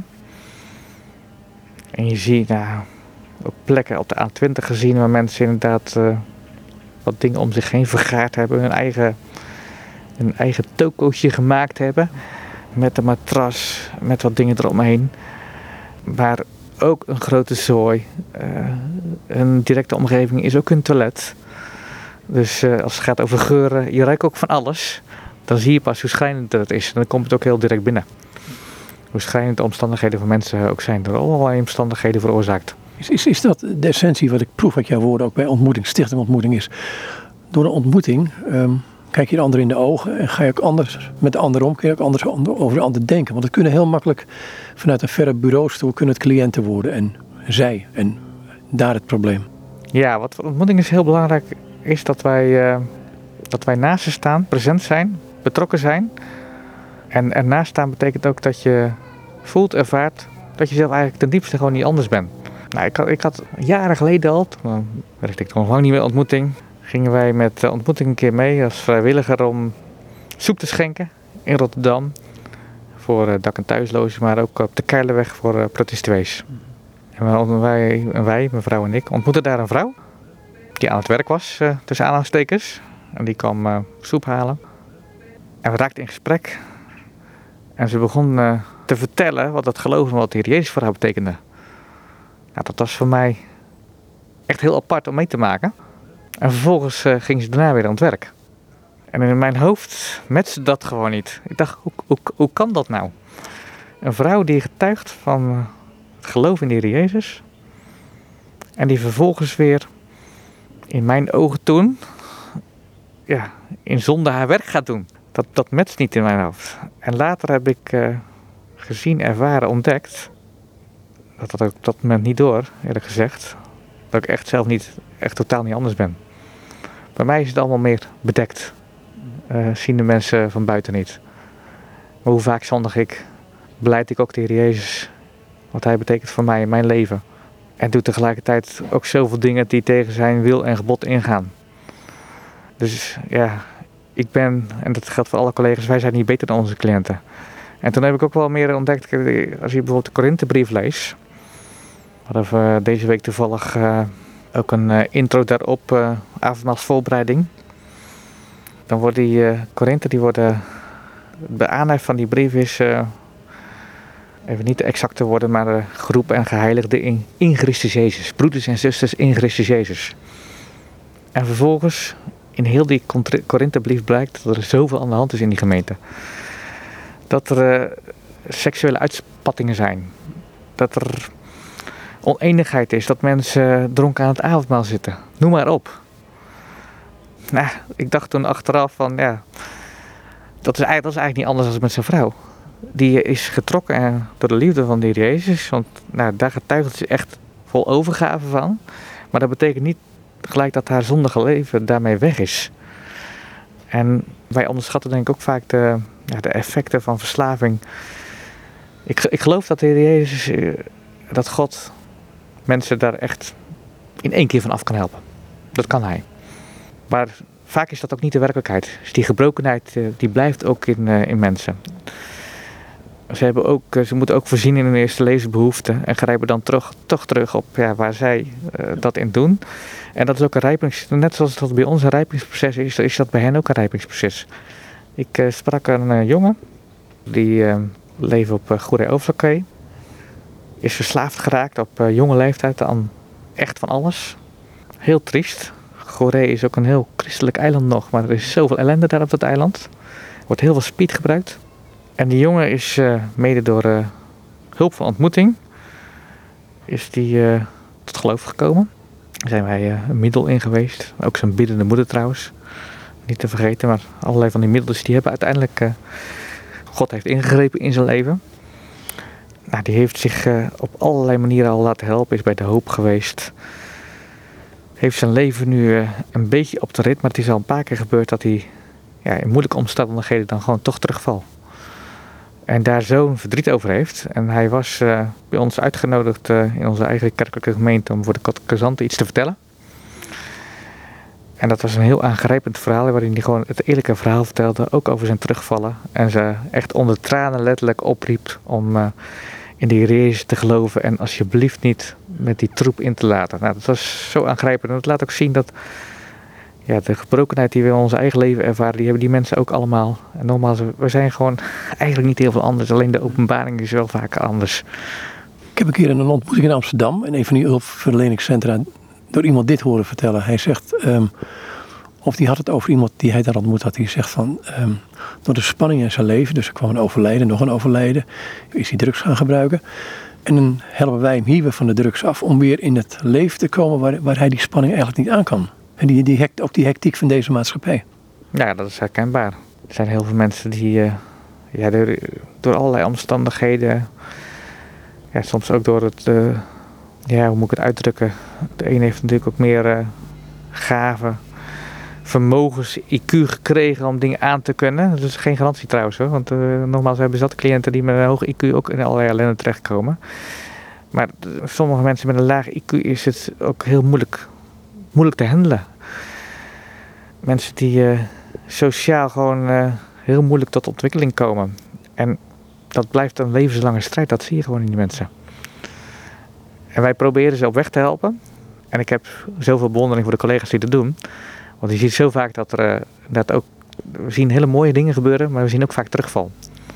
En je ziet nou, op plekken op de A twintig gezien waar mensen inderdaad uh, wat dingen om zich heen vergaard hebben. Hun eigen, hun eigen tokootje gemaakt hebben. Met een matras, met wat dingen eromheen. Maar ook een grote zooi. Uh, een directe omgeving is ook een toilet. Dus uh, als het gaat over geuren, je ruikt ook van alles. Dan zie je pas hoe schrijnend het is. En dan komt het ook heel direct binnen. Hoe schrijnend de omstandigheden van mensen ook zijn. Door allerlei omstandigheden veroorzaakt. Is, is, is dat de essentie wat ik proef uit jouw woorden ook bij ontmoeting, stichting ontmoeting is? Door een ontmoeting um, kijk je de ander in de ogen en ga je ook anders met de ander om. Kun je ook anders over de ander denken. Want het kunnen heel makkelijk vanuit een verre bureaustoel kunnen het cliënten worden. En zij. En daar het probleem. Ja, wat voor ontmoeting is heel belangrijk is dat wij, uh, dat wij naast ze staan, present zijn, betrokken zijn. En ernaast staan betekent ook dat je voelt, ervaart dat je zelf eigenlijk ten diepste gewoon niet anders bent. Nou, ik, had, ik had jaren geleden al, toen werkte ik nog lang niet meer ontmoeting, gingen wij met de ontmoeting een keer mee als vrijwilliger om soep te schenken in Rotterdam. Voor uh, dak- en thuislozen, maar ook op de Keilerweg voor uh, prostituees. En wij, en wij, mijn vrouw en ik, ontmoetten daar een vrouw die aan het werk was, uh, tussen aanhalingstekens. En die kwam uh, soep halen. En we raakten in gesprek. En ze begon uh, te vertellen wat het geloven en wat de Heer Jezus voor haar betekende. Nou, dat was voor mij echt heel apart om mee te maken. En vervolgens uh, ging ze daarna weer aan het werk. En in mijn hoofd matchte dat gewoon niet. Ik dacht, hoe, hoe, hoe kan dat nou? Een vrouw die getuigt van uh, het geloof in de Heer Jezus. En die vervolgens weer in mijn ogen toen ja, in zonde haar werk gaat doen. Dat, dat matcht niet in mijn hoofd. En later heb ik uh, gezien, ervaren, ontdekt. Dat had ik op dat moment niet door, eerlijk gezegd. Dat ik echt zelf niet, echt totaal niet anders ben. Bij mij is het allemaal meer bedekt. Uh, zien de mensen van buiten niet. Maar hoe vaak zondig ik, beleid ik ook de Heer Jezus. Wat Hij betekent voor mij in mijn leven. En doe tegelijkertijd ook zoveel dingen die tegen zijn wil en gebod ingaan. Dus ja, ik ben, en dat geldt voor alle collega's, wij zijn niet beter dan onze cliënten. En toen heb ik ook wel meer ontdekt, als je bijvoorbeeld de Korinthebrief leest. We hadden deze week toevallig uh, ook een uh, intro daarop, uh, avondmaalsvoorbereiding. Dan worden die uh, Korinthe, die worden, de aanhef van die brief is, uh, even niet de exacte woorden, maar uh, geroepen en geheiligden in, in Christus Jezus. Broeders en zusters in Christus Jezus. En vervolgens, in heel die Korinthebrief blijkt dat er zoveel aan de hand is in die gemeente. Dat er uh, seksuele uitspattingen zijn. Dat er oneenigheid is, dat mensen dronken aan het avondmaal zitten. Noem maar op. Nou, ik dacht toen achteraf van, ja, dat is eigenlijk, dat is eigenlijk niet anders dan met zijn vrouw. Die is getrokken door de liefde van de Heer Jezus, want nou, daar getuigt ze echt vol overgave van. Maar dat betekent niet gelijk dat haar zondige leven daarmee weg is. En wij onderschatten denk ik ook vaak de, ja, de effecten van verslaving. Ik, ik geloof dat de Heer Jezus, dat God mensen daar echt in één keer van af kan helpen. Dat kan Hij. Maar vaak is dat ook niet de werkelijkheid. Dus die gebrokenheid die blijft ook in, uh, in mensen. Ze, hebben ook, ze moeten ook voorzien in hun eerste levensbehoeften en grijpen dan terug, toch terug op ja, waar zij uh, dat in doen. En dat is ook een rijpingsproces. Net zoals dat bij ons een rijpingsproces is, is dat bij hen ook een rijpingsproces. Ik uh, sprak een uh, jongen die uh, leeft op uh, Goeree Overflakkee. Is verslaafd geraakt op uh, jonge leeftijd aan echt van alles. Heel triest. Goeree is ook een heel christelijk eiland nog, maar er is zoveel ellende daar op dat eiland. Er wordt heel veel speed gebruikt. En die jongen is uh, mede door uh, hulp van ontmoeting, is die uh, tot geloof gekomen. Daar zijn wij uh, een middel in geweest. Ook zijn biddende moeder trouwens. Niet te vergeten, maar allerlei van die middelen die hebben uiteindelijk uh, God heeft ingegrepen in zijn leven. Nou, die heeft zich uh, op allerlei manieren al laten helpen, is bij de hoop geweest. Heeft zijn leven nu uh, een beetje op de rit, maar het is al een paar keer gebeurd dat hij ja, in moeilijke omstandigheden dan gewoon toch terugvalt. En daar zo'n verdriet over heeft. En hij was uh, bij ons uitgenodigd uh, in onze eigen kerkelijke gemeente om voor de catechizanten iets te vertellen. En dat was een heel aangrijpend verhaal waarin hij gewoon het eerlijke verhaal vertelde, ook over zijn terugvallen. En ze echt onder tranen letterlijk opriep om uh, in de Heer Jezus te geloven en alsjeblieft niet met die troep in te laten. Nou, dat was zo aangrijpend en dat laat ook zien dat ja, de gebrokenheid die we in ons eigen leven ervaren, die hebben die mensen ook allemaal. En nogmaals, we zijn gewoon eigenlijk niet heel veel anders. Alleen de openbaring is wel vaak anders. Ik heb een keer in een ontmoeting in Amsterdam in een van die hulpverleningscentra door iemand dit horen vertellen. Hij zegt, um, of die had het over iemand die hij daar ontmoet had. Die zegt van, um, door de spanning in zijn leven, dus er kwam een overlijden, nog een overlijden, is hij drugs gaan gebruiken. En dan helpen wij hem hier weer van de drugs af om weer in het leven te komen waar, waar hij die spanning eigenlijk niet aan kan. En die, die hect, ook die hectiek van deze maatschappij. Ja, dat is herkenbaar. Er zijn heel veel mensen die uh, ja, door, door allerlei omstandigheden, ja, soms ook door het, uh, ja, hoe moet ik het uitdrukken? De een heeft natuurlijk ook meer uh, gaven, vermogens, I Q gekregen om dingen aan te kunnen. Dat is geen garantie trouwens hoor, want uh, nogmaals, we hebben zat cliënten die met een hoog I Q ook in allerlei ellende terechtkomen. Maar uh, sommige mensen met een laag I Q is het ook heel moeilijk, moeilijk te handelen. Mensen die uh, sociaal gewoon uh, heel moeilijk tot ontwikkeling komen. En dat blijft een levenslange strijd, dat zie je gewoon in die mensen. En wij proberen ze op weg te helpen. En ik heb zoveel bewondering voor de collega's die dat doen. Want je ziet zo vaak dat er uh, dat ook, we zien hele mooie dingen gebeuren, maar we zien ook vaak terugval.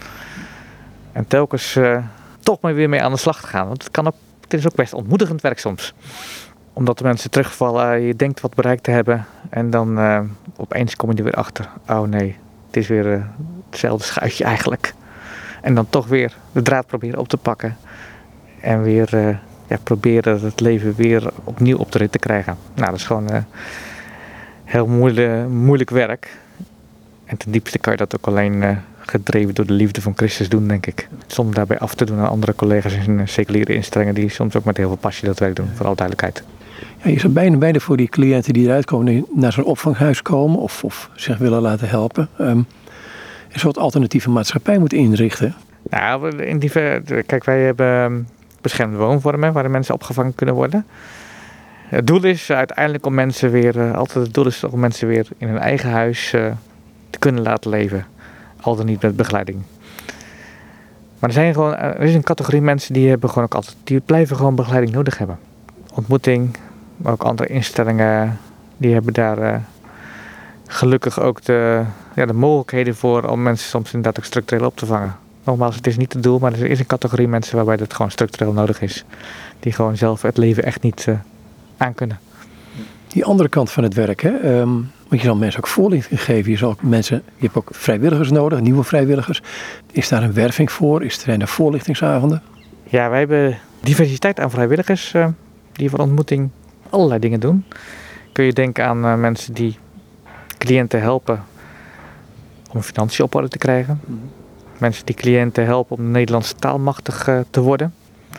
En telkens uh, toch maar weer mee aan de slag te gaan. Want het, kan ook, het is ook best ontmoedigend werk soms. Omdat de mensen terugvallen, je denkt wat bereikt te hebben. En dan uh, opeens kom je er weer achter. Oh nee, het is weer uh, hetzelfde schuitje eigenlijk. En dan toch weer de draad proberen op te pakken. En weer uh, ja, proberen het leven weer opnieuw op de rit te krijgen. Nou, dat is gewoon uh, heel moeilijk, moeilijk werk. En ten diepste kan je dat ook alleen uh, gedreven door de liefde van Christus doen, denk ik. Zonder daarbij af te doen aan andere collega's in seculiere instellingen die soms ook met heel veel passie dat werk doen, voor alle duidelijkheid. Ja, je zou bijna, bijna voor die cliënten die eruit komen, die naar zo'n opvanghuis komen of, of zich willen laten helpen, um, een soort alternatieve maatschappij moeten inrichten. Nou, in die, kijk, wij hebben beschermde woonvormen waar de mensen opgevangen kunnen worden. Het doel is uiteindelijk om mensen weer, altijd het doel is om mensen weer in hun eigen huis uh, te kunnen laten leven. Al dan niet met begeleiding. Maar er zijn gewoon, er is een categorie mensen die hebben gewoon ook altijd, die blijven gewoon begeleiding nodig hebben. Ontmoeting, maar ook andere instellingen, die hebben daar uh, gelukkig ook de, ja, de mogelijkheden voor om mensen soms inderdaad ook structureel op te vangen. Nogmaals, het is niet het doel, maar er is een categorie mensen waarbij dat gewoon structureel nodig is. Die gewoon zelf het leven echt niet uh, aankunnen. Die andere kant van het werk, hè? Um, want je zal mensen ook voorlichting geven. Je, zal ook mensen, je hebt ook vrijwilligers nodig, nieuwe vrijwilligers. Is daar een werving voor? Is er een voorlichtingsavonden? Ja, wij hebben diversiteit aan vrijwilligers uh, die voor ontmoeting allerlei dingen doen. Kun je denken aan uh, mensen die cliënten helpen om financiën op orde te krijgen. Mm-hmm. Mensen die cliënten helpen om de Nederlandse taal machtig uh, te worden.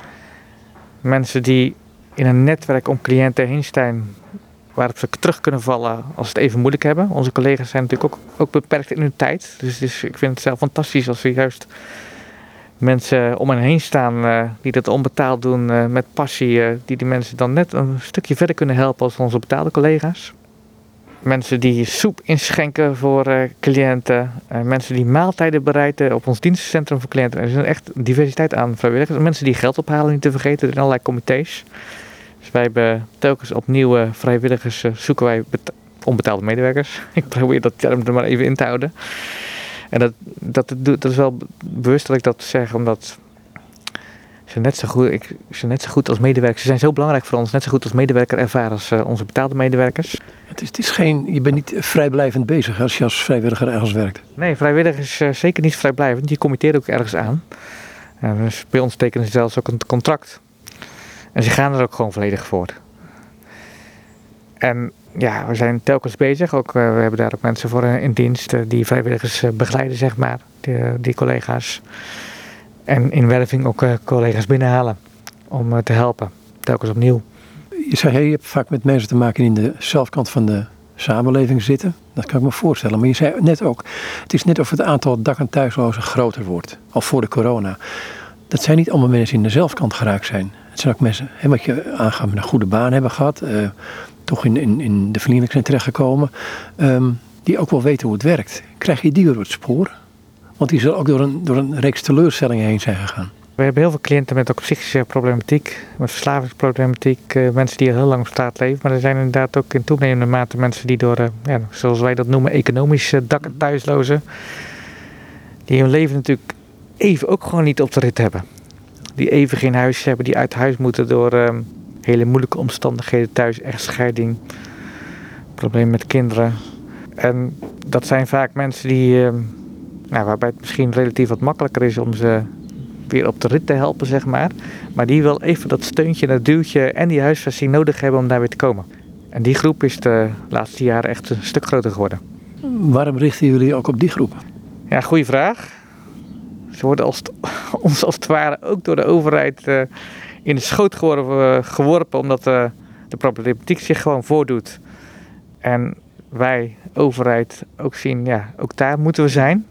Mensen die in een netwerk om cliënten heen staan waarop ze terug kunnen vallen als ze het even moeilijk hebben. Onze collega's zijn natuurlijk ook, ook beperkt in hun tijd. Dus, dus ik vind het zelf fantastisch als we juist mensen om hen heen staan uh, die dat onbetaald doen uh, met passie. Uh, die die mensen dan net een stukje verder kunnen helpen als onze betaalde collega's. Mensen die soep inschenken voor uh, cliënten. Uh, mensen die maaltijden bereiden op ons dienstencentrum voor cliënten. Er is echt diversiteit aan vrijwilligers. Mensen die geld ophalen, niet te vergeten, in allerlei comité's. Dus wij hebben telkens opnieuw uh, vrijwilligers uh, zoeken wij beta- onbetaalde medewerkers. Ik probeer dat term er maar even in te houden. En dat, dat, dat is wel bewust dat ik dat zeg, omdat ze net zo goed, ik, ze net zo goed als medewerkers, ze zijn zo belangrijk voor ons, net zo goed als medewerker ervaren als uh, onze betaalde medewerkers. Het is, het is geen, je bent niet vrijblijvend bezig als je als vrijwilliger ergens werkt. Nee, vrijwillig is uh, zeker niet vrijblijvend. Je committeert ook ergens aan. Uh, dus bij ons tekenen ze zelfs ook een contract. En ze gaan er ook gewoon volledig voor. En ja, we zijn telkens bezig. Ook, uh, we hebben daar ook mensen voor uh, in dienst uh, die vrijwilligers uh, begeleiden, zeg maar. Die, uh, die collega's. En in werving ook uh, collega's binnenhalen om uh, te helpen. Telkens opnieuw. Je zei, hey, je hebt vaak met mensen te maken die in de zelfkant van de samenleving zitten. Dat kan ik me voorstellen. Maar je zei net ook, het is net of het aantal dak- en thuislozen groter wordt. Al voor de corona. Dat zijn niet allemaal mensen die in de zelfkant geraakt zijn. Het zijn ook mensen, hè, wat je aangaf, met een goede baan hebben gehad. Uh, toch in, in, in de vernieling zijn terechtgekomen. Um, die ook wel weten hoe het werkt. Krijg je die weer op het spoor? Want die zullen ook door een, door een reeks teleurstellingen heen zijn gegaan. We hebben heel veel cliënten met ook psychische problematiek, met verslavingsproblematiek, uh, mensen die al heel lang op straat leven. Maar er zijn inderdaad ook in toenemende mate mensen die door, uh, ja, zoals wij dat noemen, economische dak- en thuislozen, die hun leven natuurlijk even ook gewoon niet op de rit hebben. die even geen huis hebben, die uit huis moeten door uh, hele moeilijke omstandigheden thuis, echtscheiding, problemen met kinderen. En dat zijn vaak mensen die, uh, nou, waarbij het misschien relatief wat makkelijker is om ze weer op de rit te helpen, zeg maar. Maar die wel even dat steuntje, dat duwtje en die huisvesting nodig hebben om daar weer te komen. En die groep is de laatste jaren echt een stuk groter geworden. Waarom richten jullie ook op die groep? Ja, goede vraag. Ze worden als t- ons als het ware ook door de overheid uh, in de schoot geworpen, uh, geworpen omdat uh, de problematiek zich gewoon voordoet. En wij, overheid, ook zien, ja, ook daar moeten we zijn.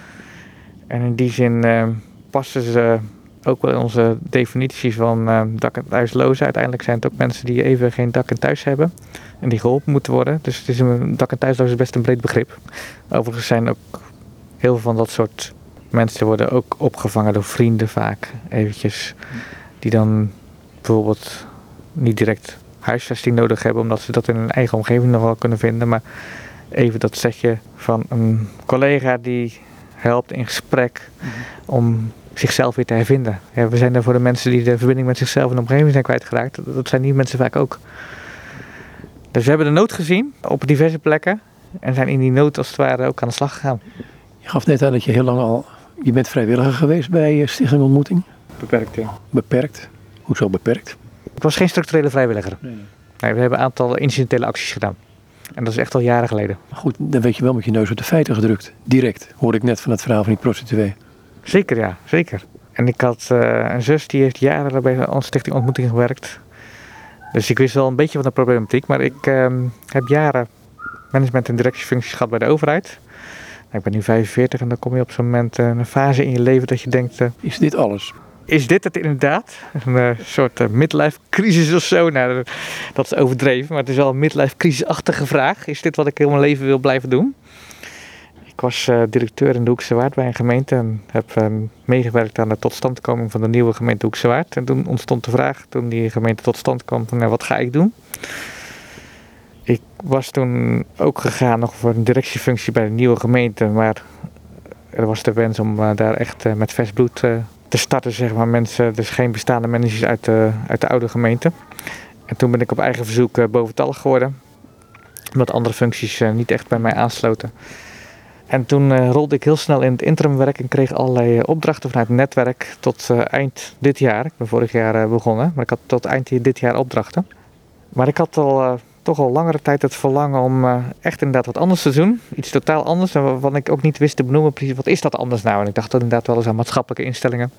En in die zin uh, passen ze ook wel in onze definities van uh, dak- en thuislozen. Uiteindelijk zijn het ook mensen die even geen dak en thuis hebben en die geholpen moeten worden. Dus het is een dak- en thuisloos is best een breed begrip. Overigens zijn ook heel veel van dat soort mensen worden ook opgevangen door vrienden vaak eventjes. Die dan bijvoorbeeld niet direct huisvesting nodig hebben, omdat ze dat in hun eigen omgeving nog wel kunnen vinden. Maar even dat setje van een collega die helpt in gesprek om zichzelf weer te hervinden. Ja, we zijn er voor de mensen die de verbinding met zichzelf en de omgeving zijn kwijtgeraakt. Dat zijn die mensen vaak ook. Dus we hebben de nood gezien op diverse plekken en zijn in die nood als het ware ook aan de slag gegaan. Je gaf net aan dat je heel lang al, je bent vrijwilliger geweest bij Stichting Ontmoeting. Beperkt, ja. Beperkt? Hoezo beperkt? Ik was geen structurele vrijwilliger. Nee, nee. Nee, we hebben een aantal incidentele acties gedaan. En dat is echt al jaren geleden. Maar goed, dan weet je wel met je neus op de feiten gedrukt. Direct, hoorde ik net van het verhaal van die prostituee. Zeker, ja, zeker. En ik had uh, een zus die heeft jaren bij onze Stichting Ontmoeting gewerkt. Dus ik wist wel een beetje van de problematiek. Maar ik uh, heb jaren management- en directiefuncties gehad bij de overheid. Nou, ik ben nu vijfenveertig en dan kom je op zo'n moment uh, een fase in je leven dat je denkt... Uh, Is dit alles? Is dit het inderdaad? Een uh, soort uh, midlife crisis of zo? Nou, dat is overdreven, maar het is wel een midlife crisisachtige vraag. Is dit wat ik heel mijn leven wil blijven doen? Ik was uh, directeur in de Hoekse Waard bij een gemeente en heb uh, meegewerkt aan de totstandkoming van de nieuwe gemeente Hoekse Waard. En toen ontstond de vraag, toen die gemeente tot stand kwam, van, nou, wat ga ik doen? Ik was toen ook gegaan nog voor een directiefunctie bij de nieuwe gemeente, maar er was de wens om uh, daar echt uh, met vers bloed uh, te starten, zeg maar, mensen, dus geen bestaande managers uit de, uit de oude gemeente. En toen ben ik op eigen verzoek uh, boventallig geworden, omdat andere functies uh, niet echt bij mij aansloten. En toen uh, rolde ik heel snel in het interimwerk en kreeg allerlei uh, opdrachten vanuit het netwerk tot uh, eind dit jaar. Ik ben vorig jaar uh, begonnen, maar ik had tot eind dit jaar opdrachten. Maar ik had al uh, toch al langere tijd het verlangen om uh, echt inderdaad wat anders te doen. Iets totaal anders, en waarvan ik ook niet wist te benoemen precies, wat is dat anders nou? En ik dacht dat inderdaad wel eens aan maatschappelijke instellingen.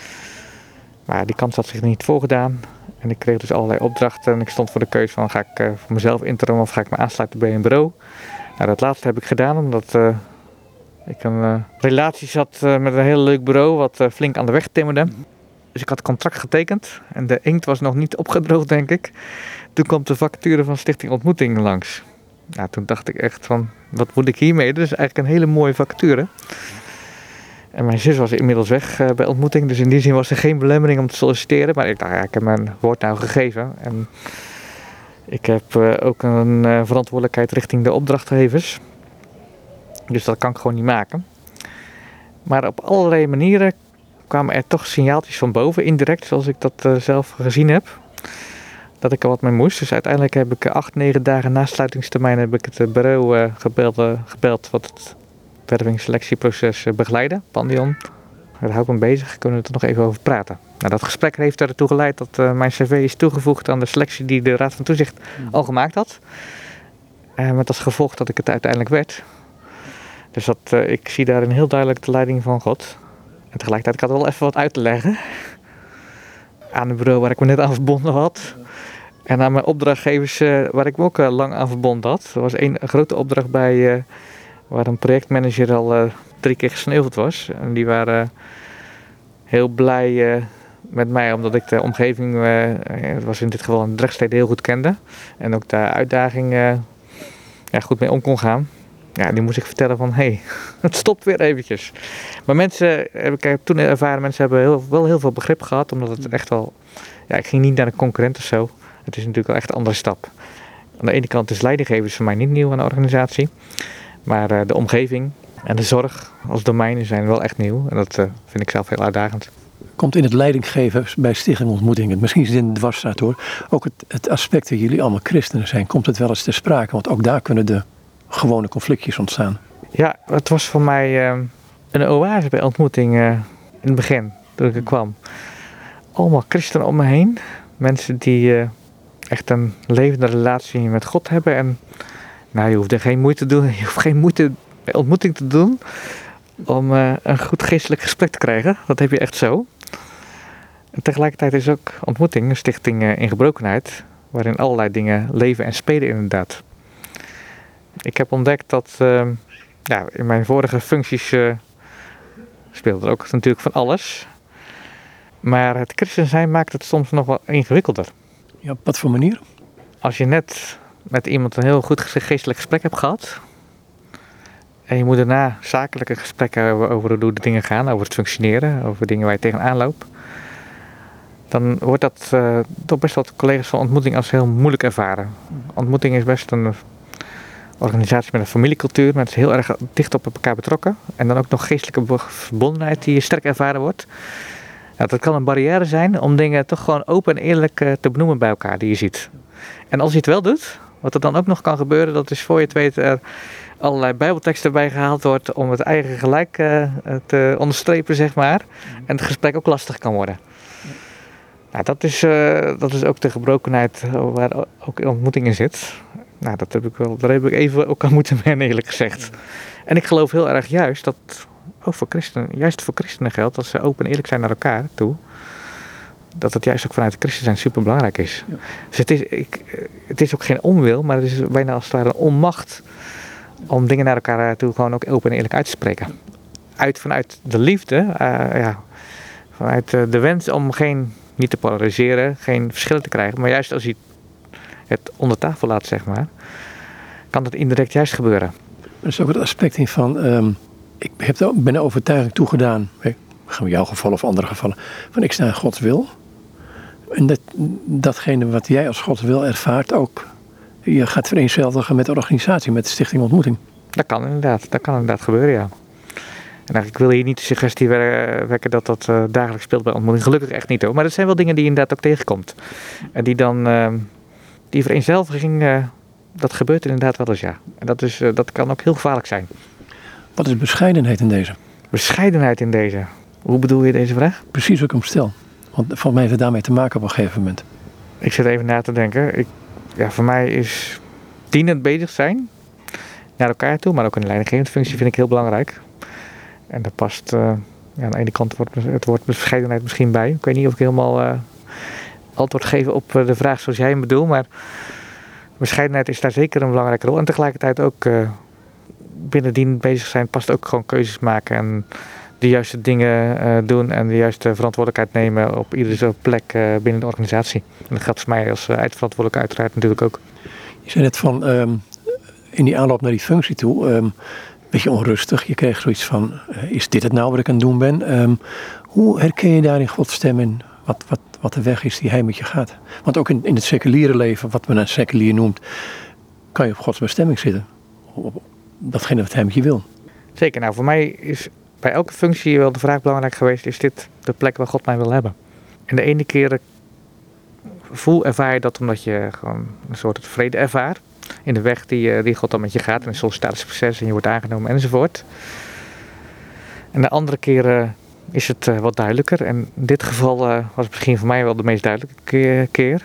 Maar die kans had zich niet voorgedaan. En ik kreeg dus allerlei opdrachten en ik stond voor de keuze van, ga ik uh, voor mezelf interim of ga ik me aansluiten bij een bureau? Nou, dat laatste heb ik gedaan, omdat uh, ik een uh, relatie had uh, met een heel leuk bureau wat uh, flink aan de weg timmerde. Dus ik had het contract getekend en de inkt was nog niet opgedroogd, denk ik. Toen kwam de vacature van Stichting Ontmoeting langs. Nou, toen dacht ik echt van, wat moet ik hiermee? Dat is eigenlijk een hele mooie vacature. En mijn zus was inmiddels weg uh, bij Ontmoeting, dus in die zin was er geen belemmering om te solliciteren. Maar ik dacht, ja, ik heb mijn woord nou gegeven. En ik heb uh, ook een uh, verantwoordelijkheid richting de opdrachtgevers. Dus dat kan ik gewoon niet maken. Maar op allerlei manieren kwamen er toch signaaltjes van boven, indirect, zoals ik dat uh, zelf gezien heb. Dat ik er wat mee moest. Dus uiteindelijk heb ik acht, negen dagen na sluitingstermijn heb ik het bureau uh, gebeld, uh, gebeld wat het wervingsselectieproces uh, begeleidde, Pandion. Daar hou ik me bezig, kunnen we er nog even over praten. Nou, dat gesprek heeft ertoe geleid dat uh, mijn cv is toegevoegd aan de selectie die de Raad van Toezicht al gemaakt had. Uh, met als gevolg dat ik het uiteindelijk werd. Dus dat, uh, ik zie daarin heel duidelijk de leiding van God. En tegelijkertijd, ik had wel even wat uit te leggen aan het bureau waar ik me net aan verbonden had. En aan mijn opdrachtgevers uh, waar ik me ook uh, lang aan verbonden had. Er was één grote opdracht bij uh, waar een projectmanager al uh, drie keer gesneuveld was. En die waren uh, heel blij uh, met mij, omdat ik de omgeving, uh, het was in dit geval een Drechtstede, heel goed kende. En ook de uitdaging uh, ja, goed mee om kon gaan. Ja, die moest ik vertellen van, hé, hey, het stopt weer eventjes. Maar mensen, heb ik toen ervaren, mensen hebben heel, wel heel veel begrip gehad, omdat het echt wel, ja, ik ging niet naar de concurrent of zo. Het is natuurlijk wel echt een andere stap. Aan de ene kant is leidinggevers voor mij niet nieuw aan de organisatie, maar uh, de omgeving en de zorg als domeinen zijn wel echt nieuw. En dat uh, vind ik zelf heel uitdagend. komt in het leidinggeven bij Stichting Ontmoeting. Misschien is het in de dwarsstraat hoor. Ook het, het aspect dat jullie allemaal christenen zijn, komt het wel eens ter sprake? Want ook daar kunnen de gewone conflictjes ontstaan. Ja, het was voor mij uh, een oase bij Ontmoeting uh, in het begin, toen ik er kwam. Allemaal christenen om me heen. Mensen die uh, echt een levende relatie met God hebben. En nou, je hoeft er geen moeite te doen. Je hoeft geen moeite bij Ontmoeting te doen om uh, een goed geestelijk gesprek te krijgen. Dat heb je echt zo. En tegelijkertijd is ook Ontmoeting een stichting uh, in gebrokenheid, waarin allerlei dingen leven en spelen inderdaad. Ik heb ontdekt dat uh, ja, in mijn vorige functies uh, speelde er ook natuurlijk van alles. Maar het christen zijn maakt het soms nog wel ingewikkelder. Ja, op wat voor manier? Als je net met iemand een heel goed geestelijk gesprek hebt gehad, en je moet daarna zakelijke gesprekken hebben over hoe de dingen gaan, over het functioneren, over dingen waar je tegenaan loopt, dan wordt dat uh, toch best wel collega's van Ontmoeting als heel moeilijk ervaren. Ontmoeting is best een organisatie met een familiecultuur, mensen heel erg dicht op elkaar betrokken. En dan ook nog geestelijke verbondenheid die sterk ervaren wordt. Nou, dat kan een barrière zijn om dingen toch gewoon open en eerlijk uh, te benoemen bij elkaar die je ziet. En als je het wel doet, wat er dan ook nog kan gebeuren, dat is voor je het weet er allerlei bijbelteksten bij gehaald wordt om het eigen gelijk uh, te onderstrepen, zeg maar. En het gesprek ook lastig kan worden. Nou, dat is, uh, dat is ook de gebrokenheid waar ook Ontmoeting in zit. Nou, dat heb ik wel, daar heb ik even ook aan moeten wennen, eerlijk gezegd. En ik geloof heel erg juist dat ook voor christenen, juist voor christenen geldt, dat ze open en eerlijk zijn naar elkaar toe, dat het juist ook vanuit het christen zijn super belangrijk is. Ja. Dus het is, ik, het is ook geen onwil, maar het is bijna als het ware een onmacht om dingen naar elkaar toe gewoon ook open en eerlijk uit te spreken. Uit vanuit de liefde, uh, ja, vanuit uh, de wens om geen, niet te polariseren, geen verschillen te krijgen, maar juist als je het onder tafel laat, zeg maar, kan dat indirect juist gebeuren. Er is ook het aspect in van, um, ik heb er, ben er overtuiging toegedaan, in jouw geval of andere gevallen, van ik sta in Gods wil. En dat, datgene wat jij als Gods wil ervaart ook, je gaat vereenzelvigen met de organisatie, met de Stichting Ontmoeting. Dat kan inderdaad, dat kan inderdaad gebeuren, ja. En eigenlijk wil je hier niet de suggestie wekken dat dat uh, dagelijks speelt bij Ontmoeting. Gelukkig echt niet hoor. Maar dat zijn wel dingen die je inderdaad ook tegenkomt. En die dan, uh, die vereenzelviging, uh, dat gebeurt inderdaad wel eens, ja. En dat, is, uh, dat kan ook heel gevaarlijk zijn. Wat is bescheidenheid in deze? Bescheidenheid in deze? Hoe bedoel je deze vraag? Precies wat ik hem stel. Want volgens mij heeft het daarmee te maken op een gegeven moment. Ik zit even na te denken. Ik, ja, voor mij is dienend bezig zijn naar elkaar toe, maar ook een leidinggevende functie vind ik heel belangrijk. En daar past uh, ja, aan de ene kant wordt het woord bescheidenheid misschien bij. Ik weet niet of ik helemaal uh, antwoord geef op uh, de vraag zoals jij hem bedoelt, maar bescheidenheid is daar zeker een belangrijke rol. En tegelijkertijd ook uh, binnen dienend bezig zijn past ook gewoon keuzes maken en de juiste dingen uh, doen en de juiste verantwoordelijkheid nemen op iedere plek uh, binnen de organisatie. En dat geldt voor mij als uh, eindverantwoordelijke uiteraard natuurlijk ook. Je zei net van, um, in die aanloop naar die functie toe, um, beetje onrustig. Je kreeg zoiets van, uh, is dit het nou wat ik aan het doen ben? Um, hoe herken je daarin Gods stem en wat, wat, wat de weg is die hij met je gaat? Want ook in, in het seculiere leven, wat men een seculier noemt, kan je op Gods bestemming zitten. Op datgene wat hij met je wil. Zeker, nou voor mij is bij elke functie wel de vraag belangrijk geweest, is dit de plek waar God mij wil hebben? En de ene keer voel ervaar je dat omdat je gewoon een soort vrede ervaart in de weg die, die God dan met je gaat, in een sollicitatieproces en je wordt aangenomen enzovoort. En de andere keren is het uh, wat duidelijker en in dit geval uh, was het misschien voor mij wel de meest duidelijke keer. keer.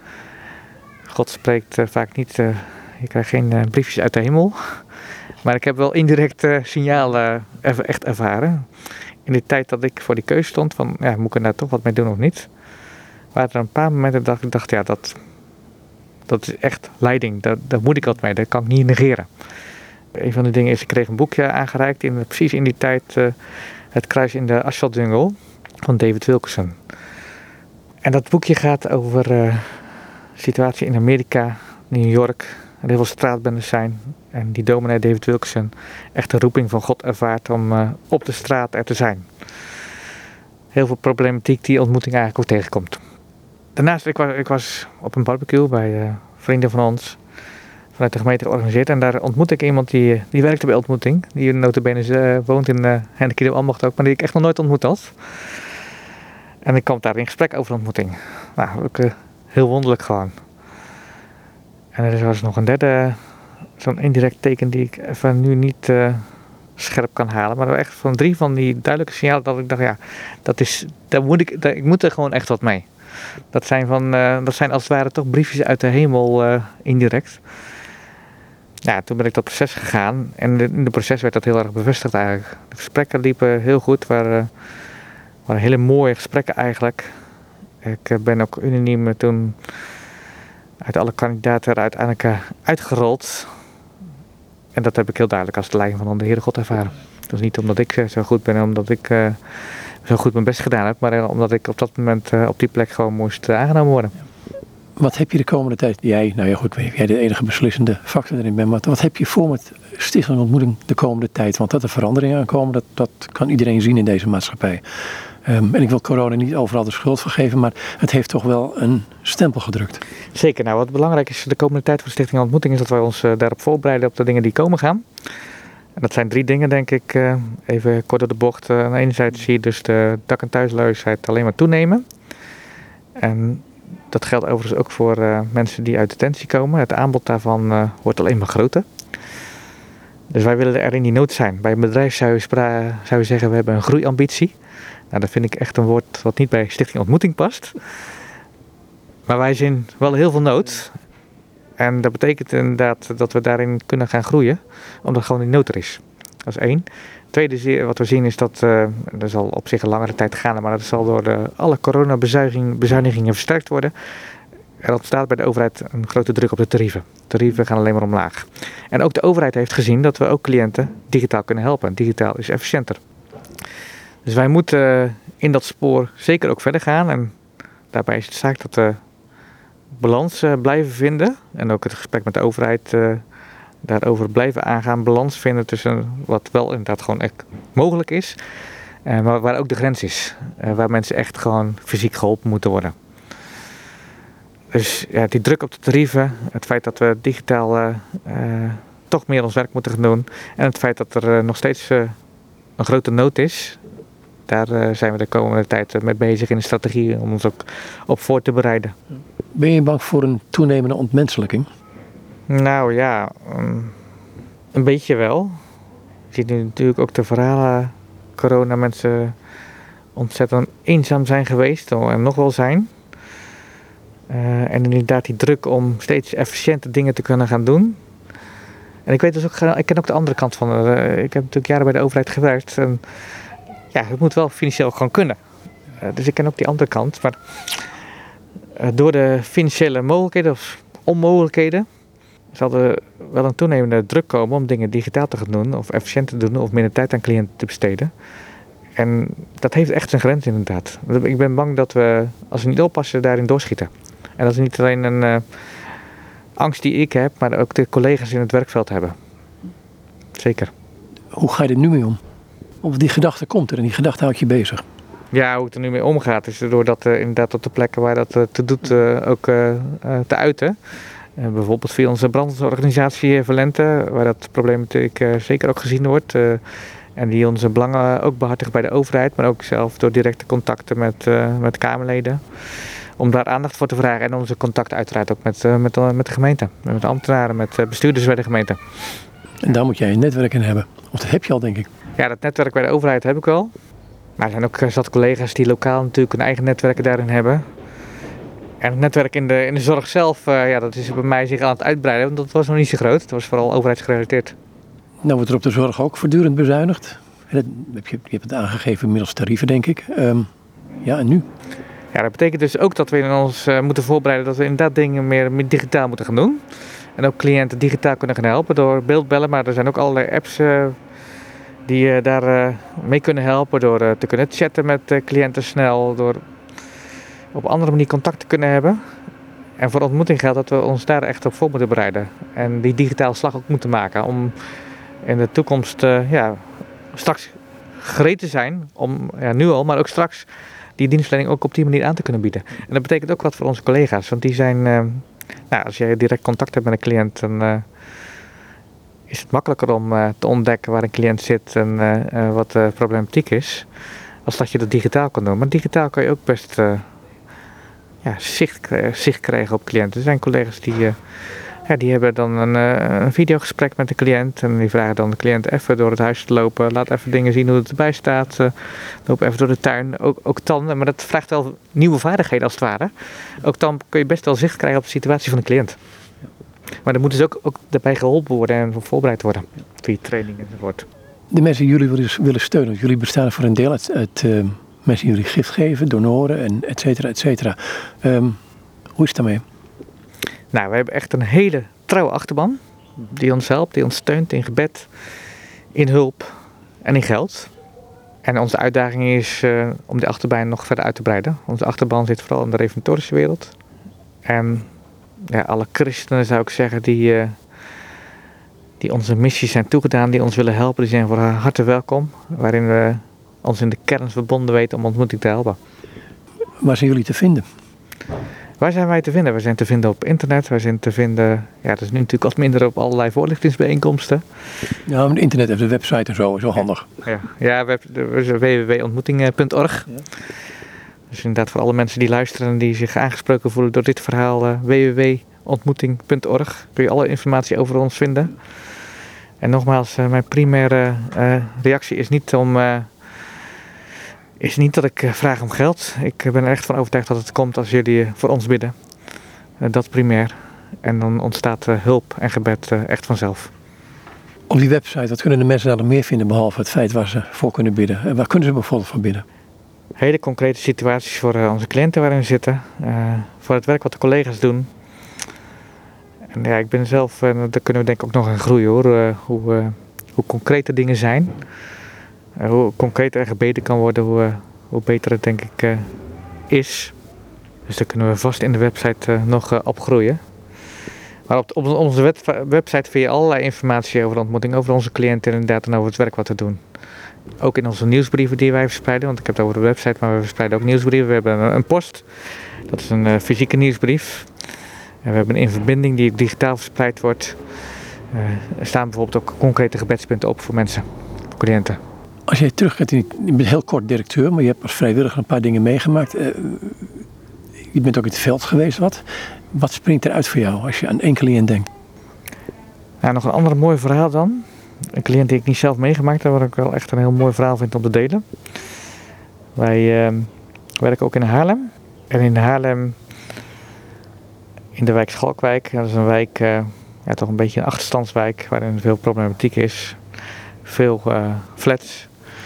God spreekt uh, vaak niet, uh, je krijgt geen uh, briefjes uit de hemel, maar ik heb wel indirect uh, signalen uh, echt ervaren. In de tijd dat ik voor die keuze stond van, ja, moet ik er nou toch wat mee doen of niet, waren er een paar momenten dat ik dacht, ja, dat, dat is echt leiding, daar, daar moet ik wat mee, dat kan ik niet negeren. Een van de dingen is, ik kreeg een boekje aangereikt, in, precies in die tijd, uh, Het Kruis in de Asphalt Jungle van David Wilkerson. En dat boekje gaat over de uh, situatie in Amerika, New York, er heel veel straatbendes zijn. En die dominee David Wilkerson echt de roeping van God ervaart om uh, op de straat er te zijn. Heel veel problematiek die ontmoeting eigenlijk ook tegenkomt. Daarnaast, ik was, ik was op een barbecue bij uh, vrienden van ons vanuit de gemeente georganiseerd. En daar ontmoette ik iemand die, die werkte bij ontmoeting. Die nota bene uh, woont in uh, Hennekido Ambacht ook, maar die ik echt nog nooit ontmoet had. En ik kwam daar in gesprek over de ontmoeting. Nou, ook uh, heel wonderlijk gewoon. En er was nog een derde, zo'n indirect teken die ik even nu niet uh, scherp kan halen. Maar er waren echt van drie van die duidelijke signalen dat ik dacht, ja, dat is, daar moet ik, daar, ik moet er gewoon echt wat mee. Dat zijn, van, uh, dat zijn als het ware toch briefjes uit de hemel uh, indirect. Ja, toen ben ik dat proces gegaan en in het proces werd dat heel erg bevestigd eigenlijk. De gesprekken liepen heel goed, waren, waren hele mooie gesprekken eigenlijk. Ik ben ook unaniem toen uit alle kandidaten er uiteindelijk uitgerold. En dat heb ik heel duidelijk als de leiding van de Heere God ervaren. Dat is niet omdat ik zo goed ben, omdat ik uh, zo goed mijn best gedaan heb, maar omdat ik op dat moment uh, op die plek gewoon moest uh, aangenomen worden. Wat heb je de komende tijd, jij, nou ja goed, jij de enige beslissende factor erin bent, maar wat heb je voor met Stichting Ontmoeting de komende tijd? Want dat er veranderingen aankomen, dat, dat kan iedereen zien in deze maatschappij. Um, en ik wil corona niet overal de schuld voor geven, maar het heeft toch wel een stempel gedrukt. Zeker, nou wat belangrijk is de komende tijd voor de Stichting Ontmoeting is dat wij ons uh, daarop voorbereiden op de dingen die komen gaan. En dat zijn drie dingen denk ik, uh, even kort door de bocht. Uh, aan de ene zijde zie je dus de dak- en thuisloosheid alleen maar toenemen. En dat geldt overigens ook voor uh, mensen die uit detentie komen. Het aanbod daarvan uh, wordt alleen maar groter. Dus wij willen er in die nood zijn. Bij een bedrijf zou je, spra- zou je zeggen we hebben een groeiambitie. Nou, dat vind ik echt een woord wat niet bij Stichting Ontmoeting past. Maar wij zien wel heel veel nood. En dat betekent inderdaad dat we daarin kunnen gaan groeien. Omdat gewoon die nood er is. Dat is één. Tweede wat we zien is dat, uh, dat zal op zich een langere tijd gaan, maar dat zal door de, alle coronabezuinigingen versterkt worden. Er ontstaat bij de overheid een grote druk op de tarieven. Tarieven gaan alleen maar omlaag. En ook de overheid heeft gezien dat we ook cliënten digitaal kunnen helpen. Digitaal is efficiënter. Dus wij moeten in dat spoor zeker ook verder gaan. En daarbij is het zaak dat we balans uh, blijven vinden. En ook het gesprek met de overheid uh, daarover blijven aangaan. Balans vinden tussen wat wel inderdaad gewoon echt mogelijk is. Uh, maar waar ook de grens is. Uh, waar mensen echt gewoon fysiek geholpen moeten worden. Dus ja, die druk op de tarieven. Het feit dat we digitaal uh, uh, toch meer ons werk moeten gaan doen. En het feit dat er uh, nog steeds uh, een grote nood is. Daar uh, zijn we de komende tijd uh, mee bezig in de strategie om ons ook op voor te bereiden. Ben je bang voor een toenemende ontmenselijking? Nou ja, um, een beetje wel. Je ziet nu natuurlijk ook de verhalen, corona mensen ontzettend eenzaam zijn geweest en nog wel zijn. Uh, en inderdaad die druk om steeds efficiënte dingen te kunnen gaan doen. En ik weet dus ook, ik ken ook de andere kant van. Uh, ik heb natuurlijk jaren bij de overheid gewerkt. En ja, het moet wel financieel gewoon kunnen. Uh, dus ik ken ook die andere kant. Maar uh, door de financiële mogelijkheden of onmogelijkheden zal er wel een toenemende druk komen om dingen digitaal te gaan doen of efficiënt te doen of minder tijd aan cliënten te besteden. En dat heeft echt zijn grens inderdaad. Ik ben bang dat we, als we niet oppassen, daarin doorschieten. En dat is niet alleen een uh, angst die ik heb, maar ook de collega's in het werkveld hebben. Zeker. Hoe ga je er nu mee om? Of die gedachte komt er en die gedachte houdt je bezig? Ja, hoe het er nu mee omgaat is door dat uh, inderdaad op de plekken waar dat uh, te doet uh, ook uh, uh, te uiten. Uh, bijvoorbeeld via onze brandweerorganisatie Valente, waar dat probleem natuurlijk uh, zeker ook gezien wordt. Uh, en die onze belangen ook behartigt bij de overheid, maar ook zelf door directe contacten met, uh, met Kamerleden. Om daar aandacht voor te vragen en onze contacten uiteraard ook met, uh, met, uh, met de gemeente. Met de ambtenaren, met uh, bestuurders bij de gemeente. En daar moet jij een netwerk in hebben. Of dat heb je al, denk ik. Ja, dat netwerk bij de overheid heb ik wel. Maar er zijn ook zat collega's die lokaal natuurlijk hun eigen netwerken daarin hebben. En het netwerk in de, in de zorg zelf, uh, ja, dat is bij mij zich aan het uitbreiden. Want dat was nog niet zo groot. Het was vooral overheidsgerelateerd. Nou wordt er op de zorg ook voortdurend bezuinigd. En dat heb je, je hebt het aangegeven middels tarieven, denk ik. Um, ja, en nu? Ja, dat betekent dus ook dat we ons uh, moeten voorbereiden dat we inderdaad dingen meer, meer digitaal moeten gaan doen. En ook cliënten digitaal kunnen gaan helpen door beeldbellen. Maar er zijn ook allerlei apps uh, die uh, daar uh, mee kunnen helpen. Door uh, te kunnen chatten met uh, cliënten snel. Door op een andere manier contact te kunnen hebben. En voor ontmoeting geldt dat we ons daar echt op voor moeten bereiden. En die digitale slag ook moeten maken. Om in de toekomst uh, ja, straks gereed te zijn. Om, ja, nu al, maar ook straks die dienstverlening ook op die manier aan te kunnen bieden. En dat betekent ook wat voor onze collega's. Want die zijn, uh, nou, als je direct contact hebt met een cliënt, dan uh, is het makkelijker om uh, te ontdekken waar een cliënt zit en uh, uh, wat de problematiek is. als dat je dat digitaal kan doen. Maar digitaal kan je ook best uh, ja, zicht, zicht krijgen op cliënten. Er zijn collega's die, uh, ja, die hebben dan een, uh, een videogesprek met de cliënt. En die vragen dan de cliënt even door het huis te lopen. Laat even dingen zien hoe het erbij staat. Uh, loop even door de tuin. Ook, ook dan, maar dat vraagt wel nieuwe vaardigheden als het ware. Ook dan kun je best wel zicht krijgen op de situatie van de cliënt. Maar dan moeten ze ook, ook daarbij geholpen worden en voorbereid worden. Via training enzovoort. De mensen die jullie willen, willen steunen, jullie bestaan voor een deel uit, uit uh, mensen die jullie gift geven, donoren en et cetera, et cetera. Um, hoe is het daarmee? Nou, we hebben echt een hele trouwe achterban die ons helpt, die ons steunt in gebed, in hulp en in geld. En onze uitdaging is uh, om die achterban nog verder uit te breiden. Onze achterban zit vooral in de reformatorische wereld. En ja, alle christenen zou ik zeggen die, uh, die onze missies zijn toegedaan, die ons willen helpen, die zijn voor harte welkom. Waarin we ons in de kern verbonden weten om ontmoeting te helpen. Waar zijn jullie te vinden? Waar zijn wij te vinden? We zijn te vinden op internet. Wij zijn te vinden, ja, dat is nu natuurlijk wat minder op allerlei voorlichtingsbijeenkomsten. Ja, maar internet heeft de website en zo, is wel handig. Ja, ja we hebben w w w punt ontmoeting punt org. Ja. Dus inderdaad voor alle mensen die luisteren en die zich aangesproken voelen door dit verhaal, uh, w w w punt ontmoeting punt org. Kun je alle informatie over ons vinden. En nogmaals, uh, mijn primaire uh, reactie is niet om... Uh, is niet dat ik uh, vraag om geld. Ik ben er echt van overtuigd dat het komt als jullie uh, voor ons bidden. Uh, dat primair. En dan ontstaat uh, hulp en gebed uh, echt vanzelf. Op die website, wat kunnen de mensen daar nog meer vinden behalve het feit waar ze voor kunnen bidden? En waar kunnen ze bijvoorbeeld voor bidden? Hele concrete situaties voor uh, onze cliënten waarin we zitten. Uh, voor het werk wat de collega's doen. En ja, ik ben zelf, uh, daar kunnen we denk ik ook nog aan groeien hoor. Uh, hoe, uh, hoe concrete dingen zijn. Uh, hoe concreter er gebeden kan worden, hoe, uh, hoe beter het denk ik uh, is. Dus daar kunnen we vast in de website uh, nog uh, op groeien. Maar op, op onze web, website vind je allerlei informatie over de ontmoeting, over onze cliënten inderdaad en over het werk wat we doen. Ook in onze nieuwsbrieven die wij verspreiden, want ik heb het over de website, maar we verspreiden ook nieuwsbrieven. We hebben een, een post, dat is een uh, fysieke nieuwsbrief. En we hebben een in verbinding die digitaal verspreid wordt. Uh, er staan bijvoorbeeld ook concrete gebedspunten op voor mensen, voor cliënten. Als jij teruggaat, je bent heel kort directeur, maar je hebt als vrijwilliger een paar dingen meegemaakt. Uh, je bent ook in het veld geweest, wat? Wat springt eruit voor jou als je aan één cliënt denkt? Nou, nog een ander mooi verhaal dan. Een cliënt die ik niet zelf meegemaakt heb, wat ik wel echt een heel mooi verhaal vind om te delen. Wij uh, werken ook in Haarlem. En in Haarlem, in de wijk Schalkwijk, dat is een wijk, uh, ja, toch een beetje een achterstandswijk, waarin veel problematiek is. Veel uh, flats.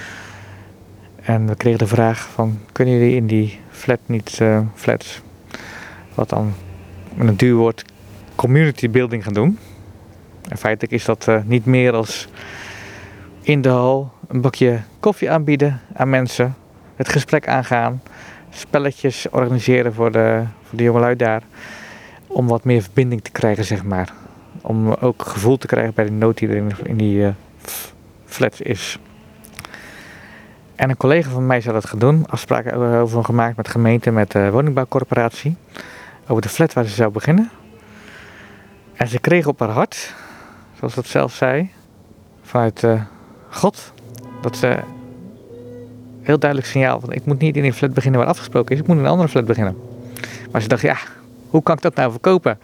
En we kregen de vraag van, kunnen jullie in die flat niet, uh, flats, wat dan met een duur woord, community building gaan doen. En feitelijk is dat uh, niet meer als in de hal een bakje koffie aanbieden aan mensen, het gesprek aangaan, spelletjes organiseren voor de, voor de jongelui daar, om wat meer verbinding te krijgen, zeg maar. Om ook gevoel te krijgen bij de nood die er in, in die uh, flats is. En een collega van mij zou dat gaan doen, afspraken over gemaakt met de gemeente, met de woningbouwcorporatie, over de flat waar ze zou beginnen. En ze kreeg op haar hart, zoals dat zelf zei, vanuit uh, God, dat ze heel duidelijk signaal van, ik moet niet in die flat beginnen waar afgesproken is, ik moet in een andere flat beginnen. Maar ze dacht, ja, hoe kan ik dat nou verkopen?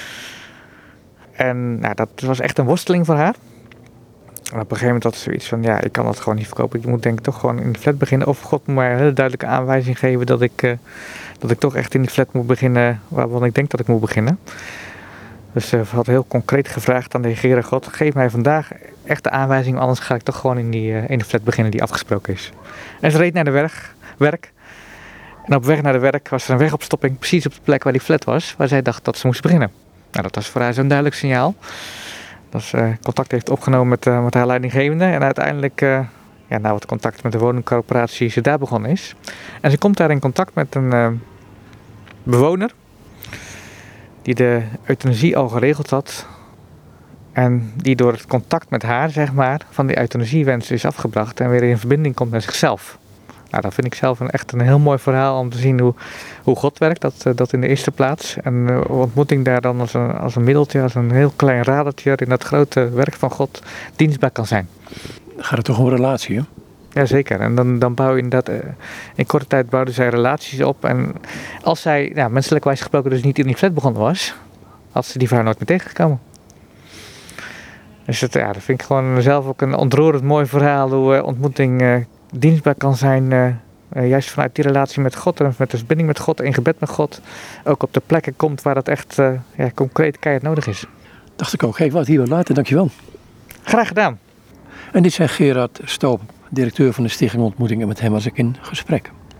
En nou, dat was echt een worsteling voor haar. En op een gegeven moment had ze zoiets van, ja, ik kan dat gewoon niet verkopen. Ik moet denk ik toch gewoon in de flat beginnen. Of God moet mij een hele duidelijke aanwijzing geven dat ik, uh, dat ik toch echt in die flat moet beginnen waarvan ik denk dat ik moet beginnen. Dus ze uh, had heel concreet gevraagd aan de Heere God, geef mij vandaag echt de aanwijzing, anders ga ik toch gewoon in, die, uh, in de flat beginnen die afgesproken is. En ze reed naar de werk, werk. En op weg naar de werk was er een wegopstopping, precies op de plek waar die flat was, waar zij dacht dat ze moest beginnen. Nou, dat was voor haar zo'n duidelijk signaal. Dat ze uh, contact heeft opgenomen met, uh, met haar leidinggevende. En uiteindelijk, uh, ja, na wat contact met de woningcorporatie, ze daar begonnen is. En ze komt daar in contact met een uh, bewoner. Die de euthanasie al geregeld had. En die door het contact met haar, zeg maar, van die euthanasiewens is afgebracht. En weer in verbinding komt met zichzelf. Nou, dat vind ik zelf een, echt een heel mooi verhaal om te zien hoe, hoe God werkt, dat, dat in de eerste plaats. En uh, ontmoeting daar dan als een, als een middeltje, als een heel klein radertje in dat grote werk van God dienstbaar kan zijn. Dan gaat het toch om een relatie, hè? Ja, zeker. En dan, dan bouw je inderdaad, uh, in korte tijd bouwden zij relaties op. En als zij, nou, menselijkwijs gesproken, dus niet in die flat begonnen was, had ze die vrouw nooit meer tegengekomen. Dus dat, ja, dat vind ik gewoon zelf ook een ontroerend mooi verhaal, hoe uh, ontmoeting uh, dienstbaar kan zijn. Uh, uh, juist vanuit die relatie met God en met de verbinding met God, in gebed met God, ook op de plekken komt waar dat echt uh, ja, concreet keihard nodig is. Dacht ik ook. Hey, wat hier wel later, dankjewel. Graag gedaan. En dit zei Gerard Stoop, directeur van de Stichting Ontmoeting, en met hem was ik in gesprek.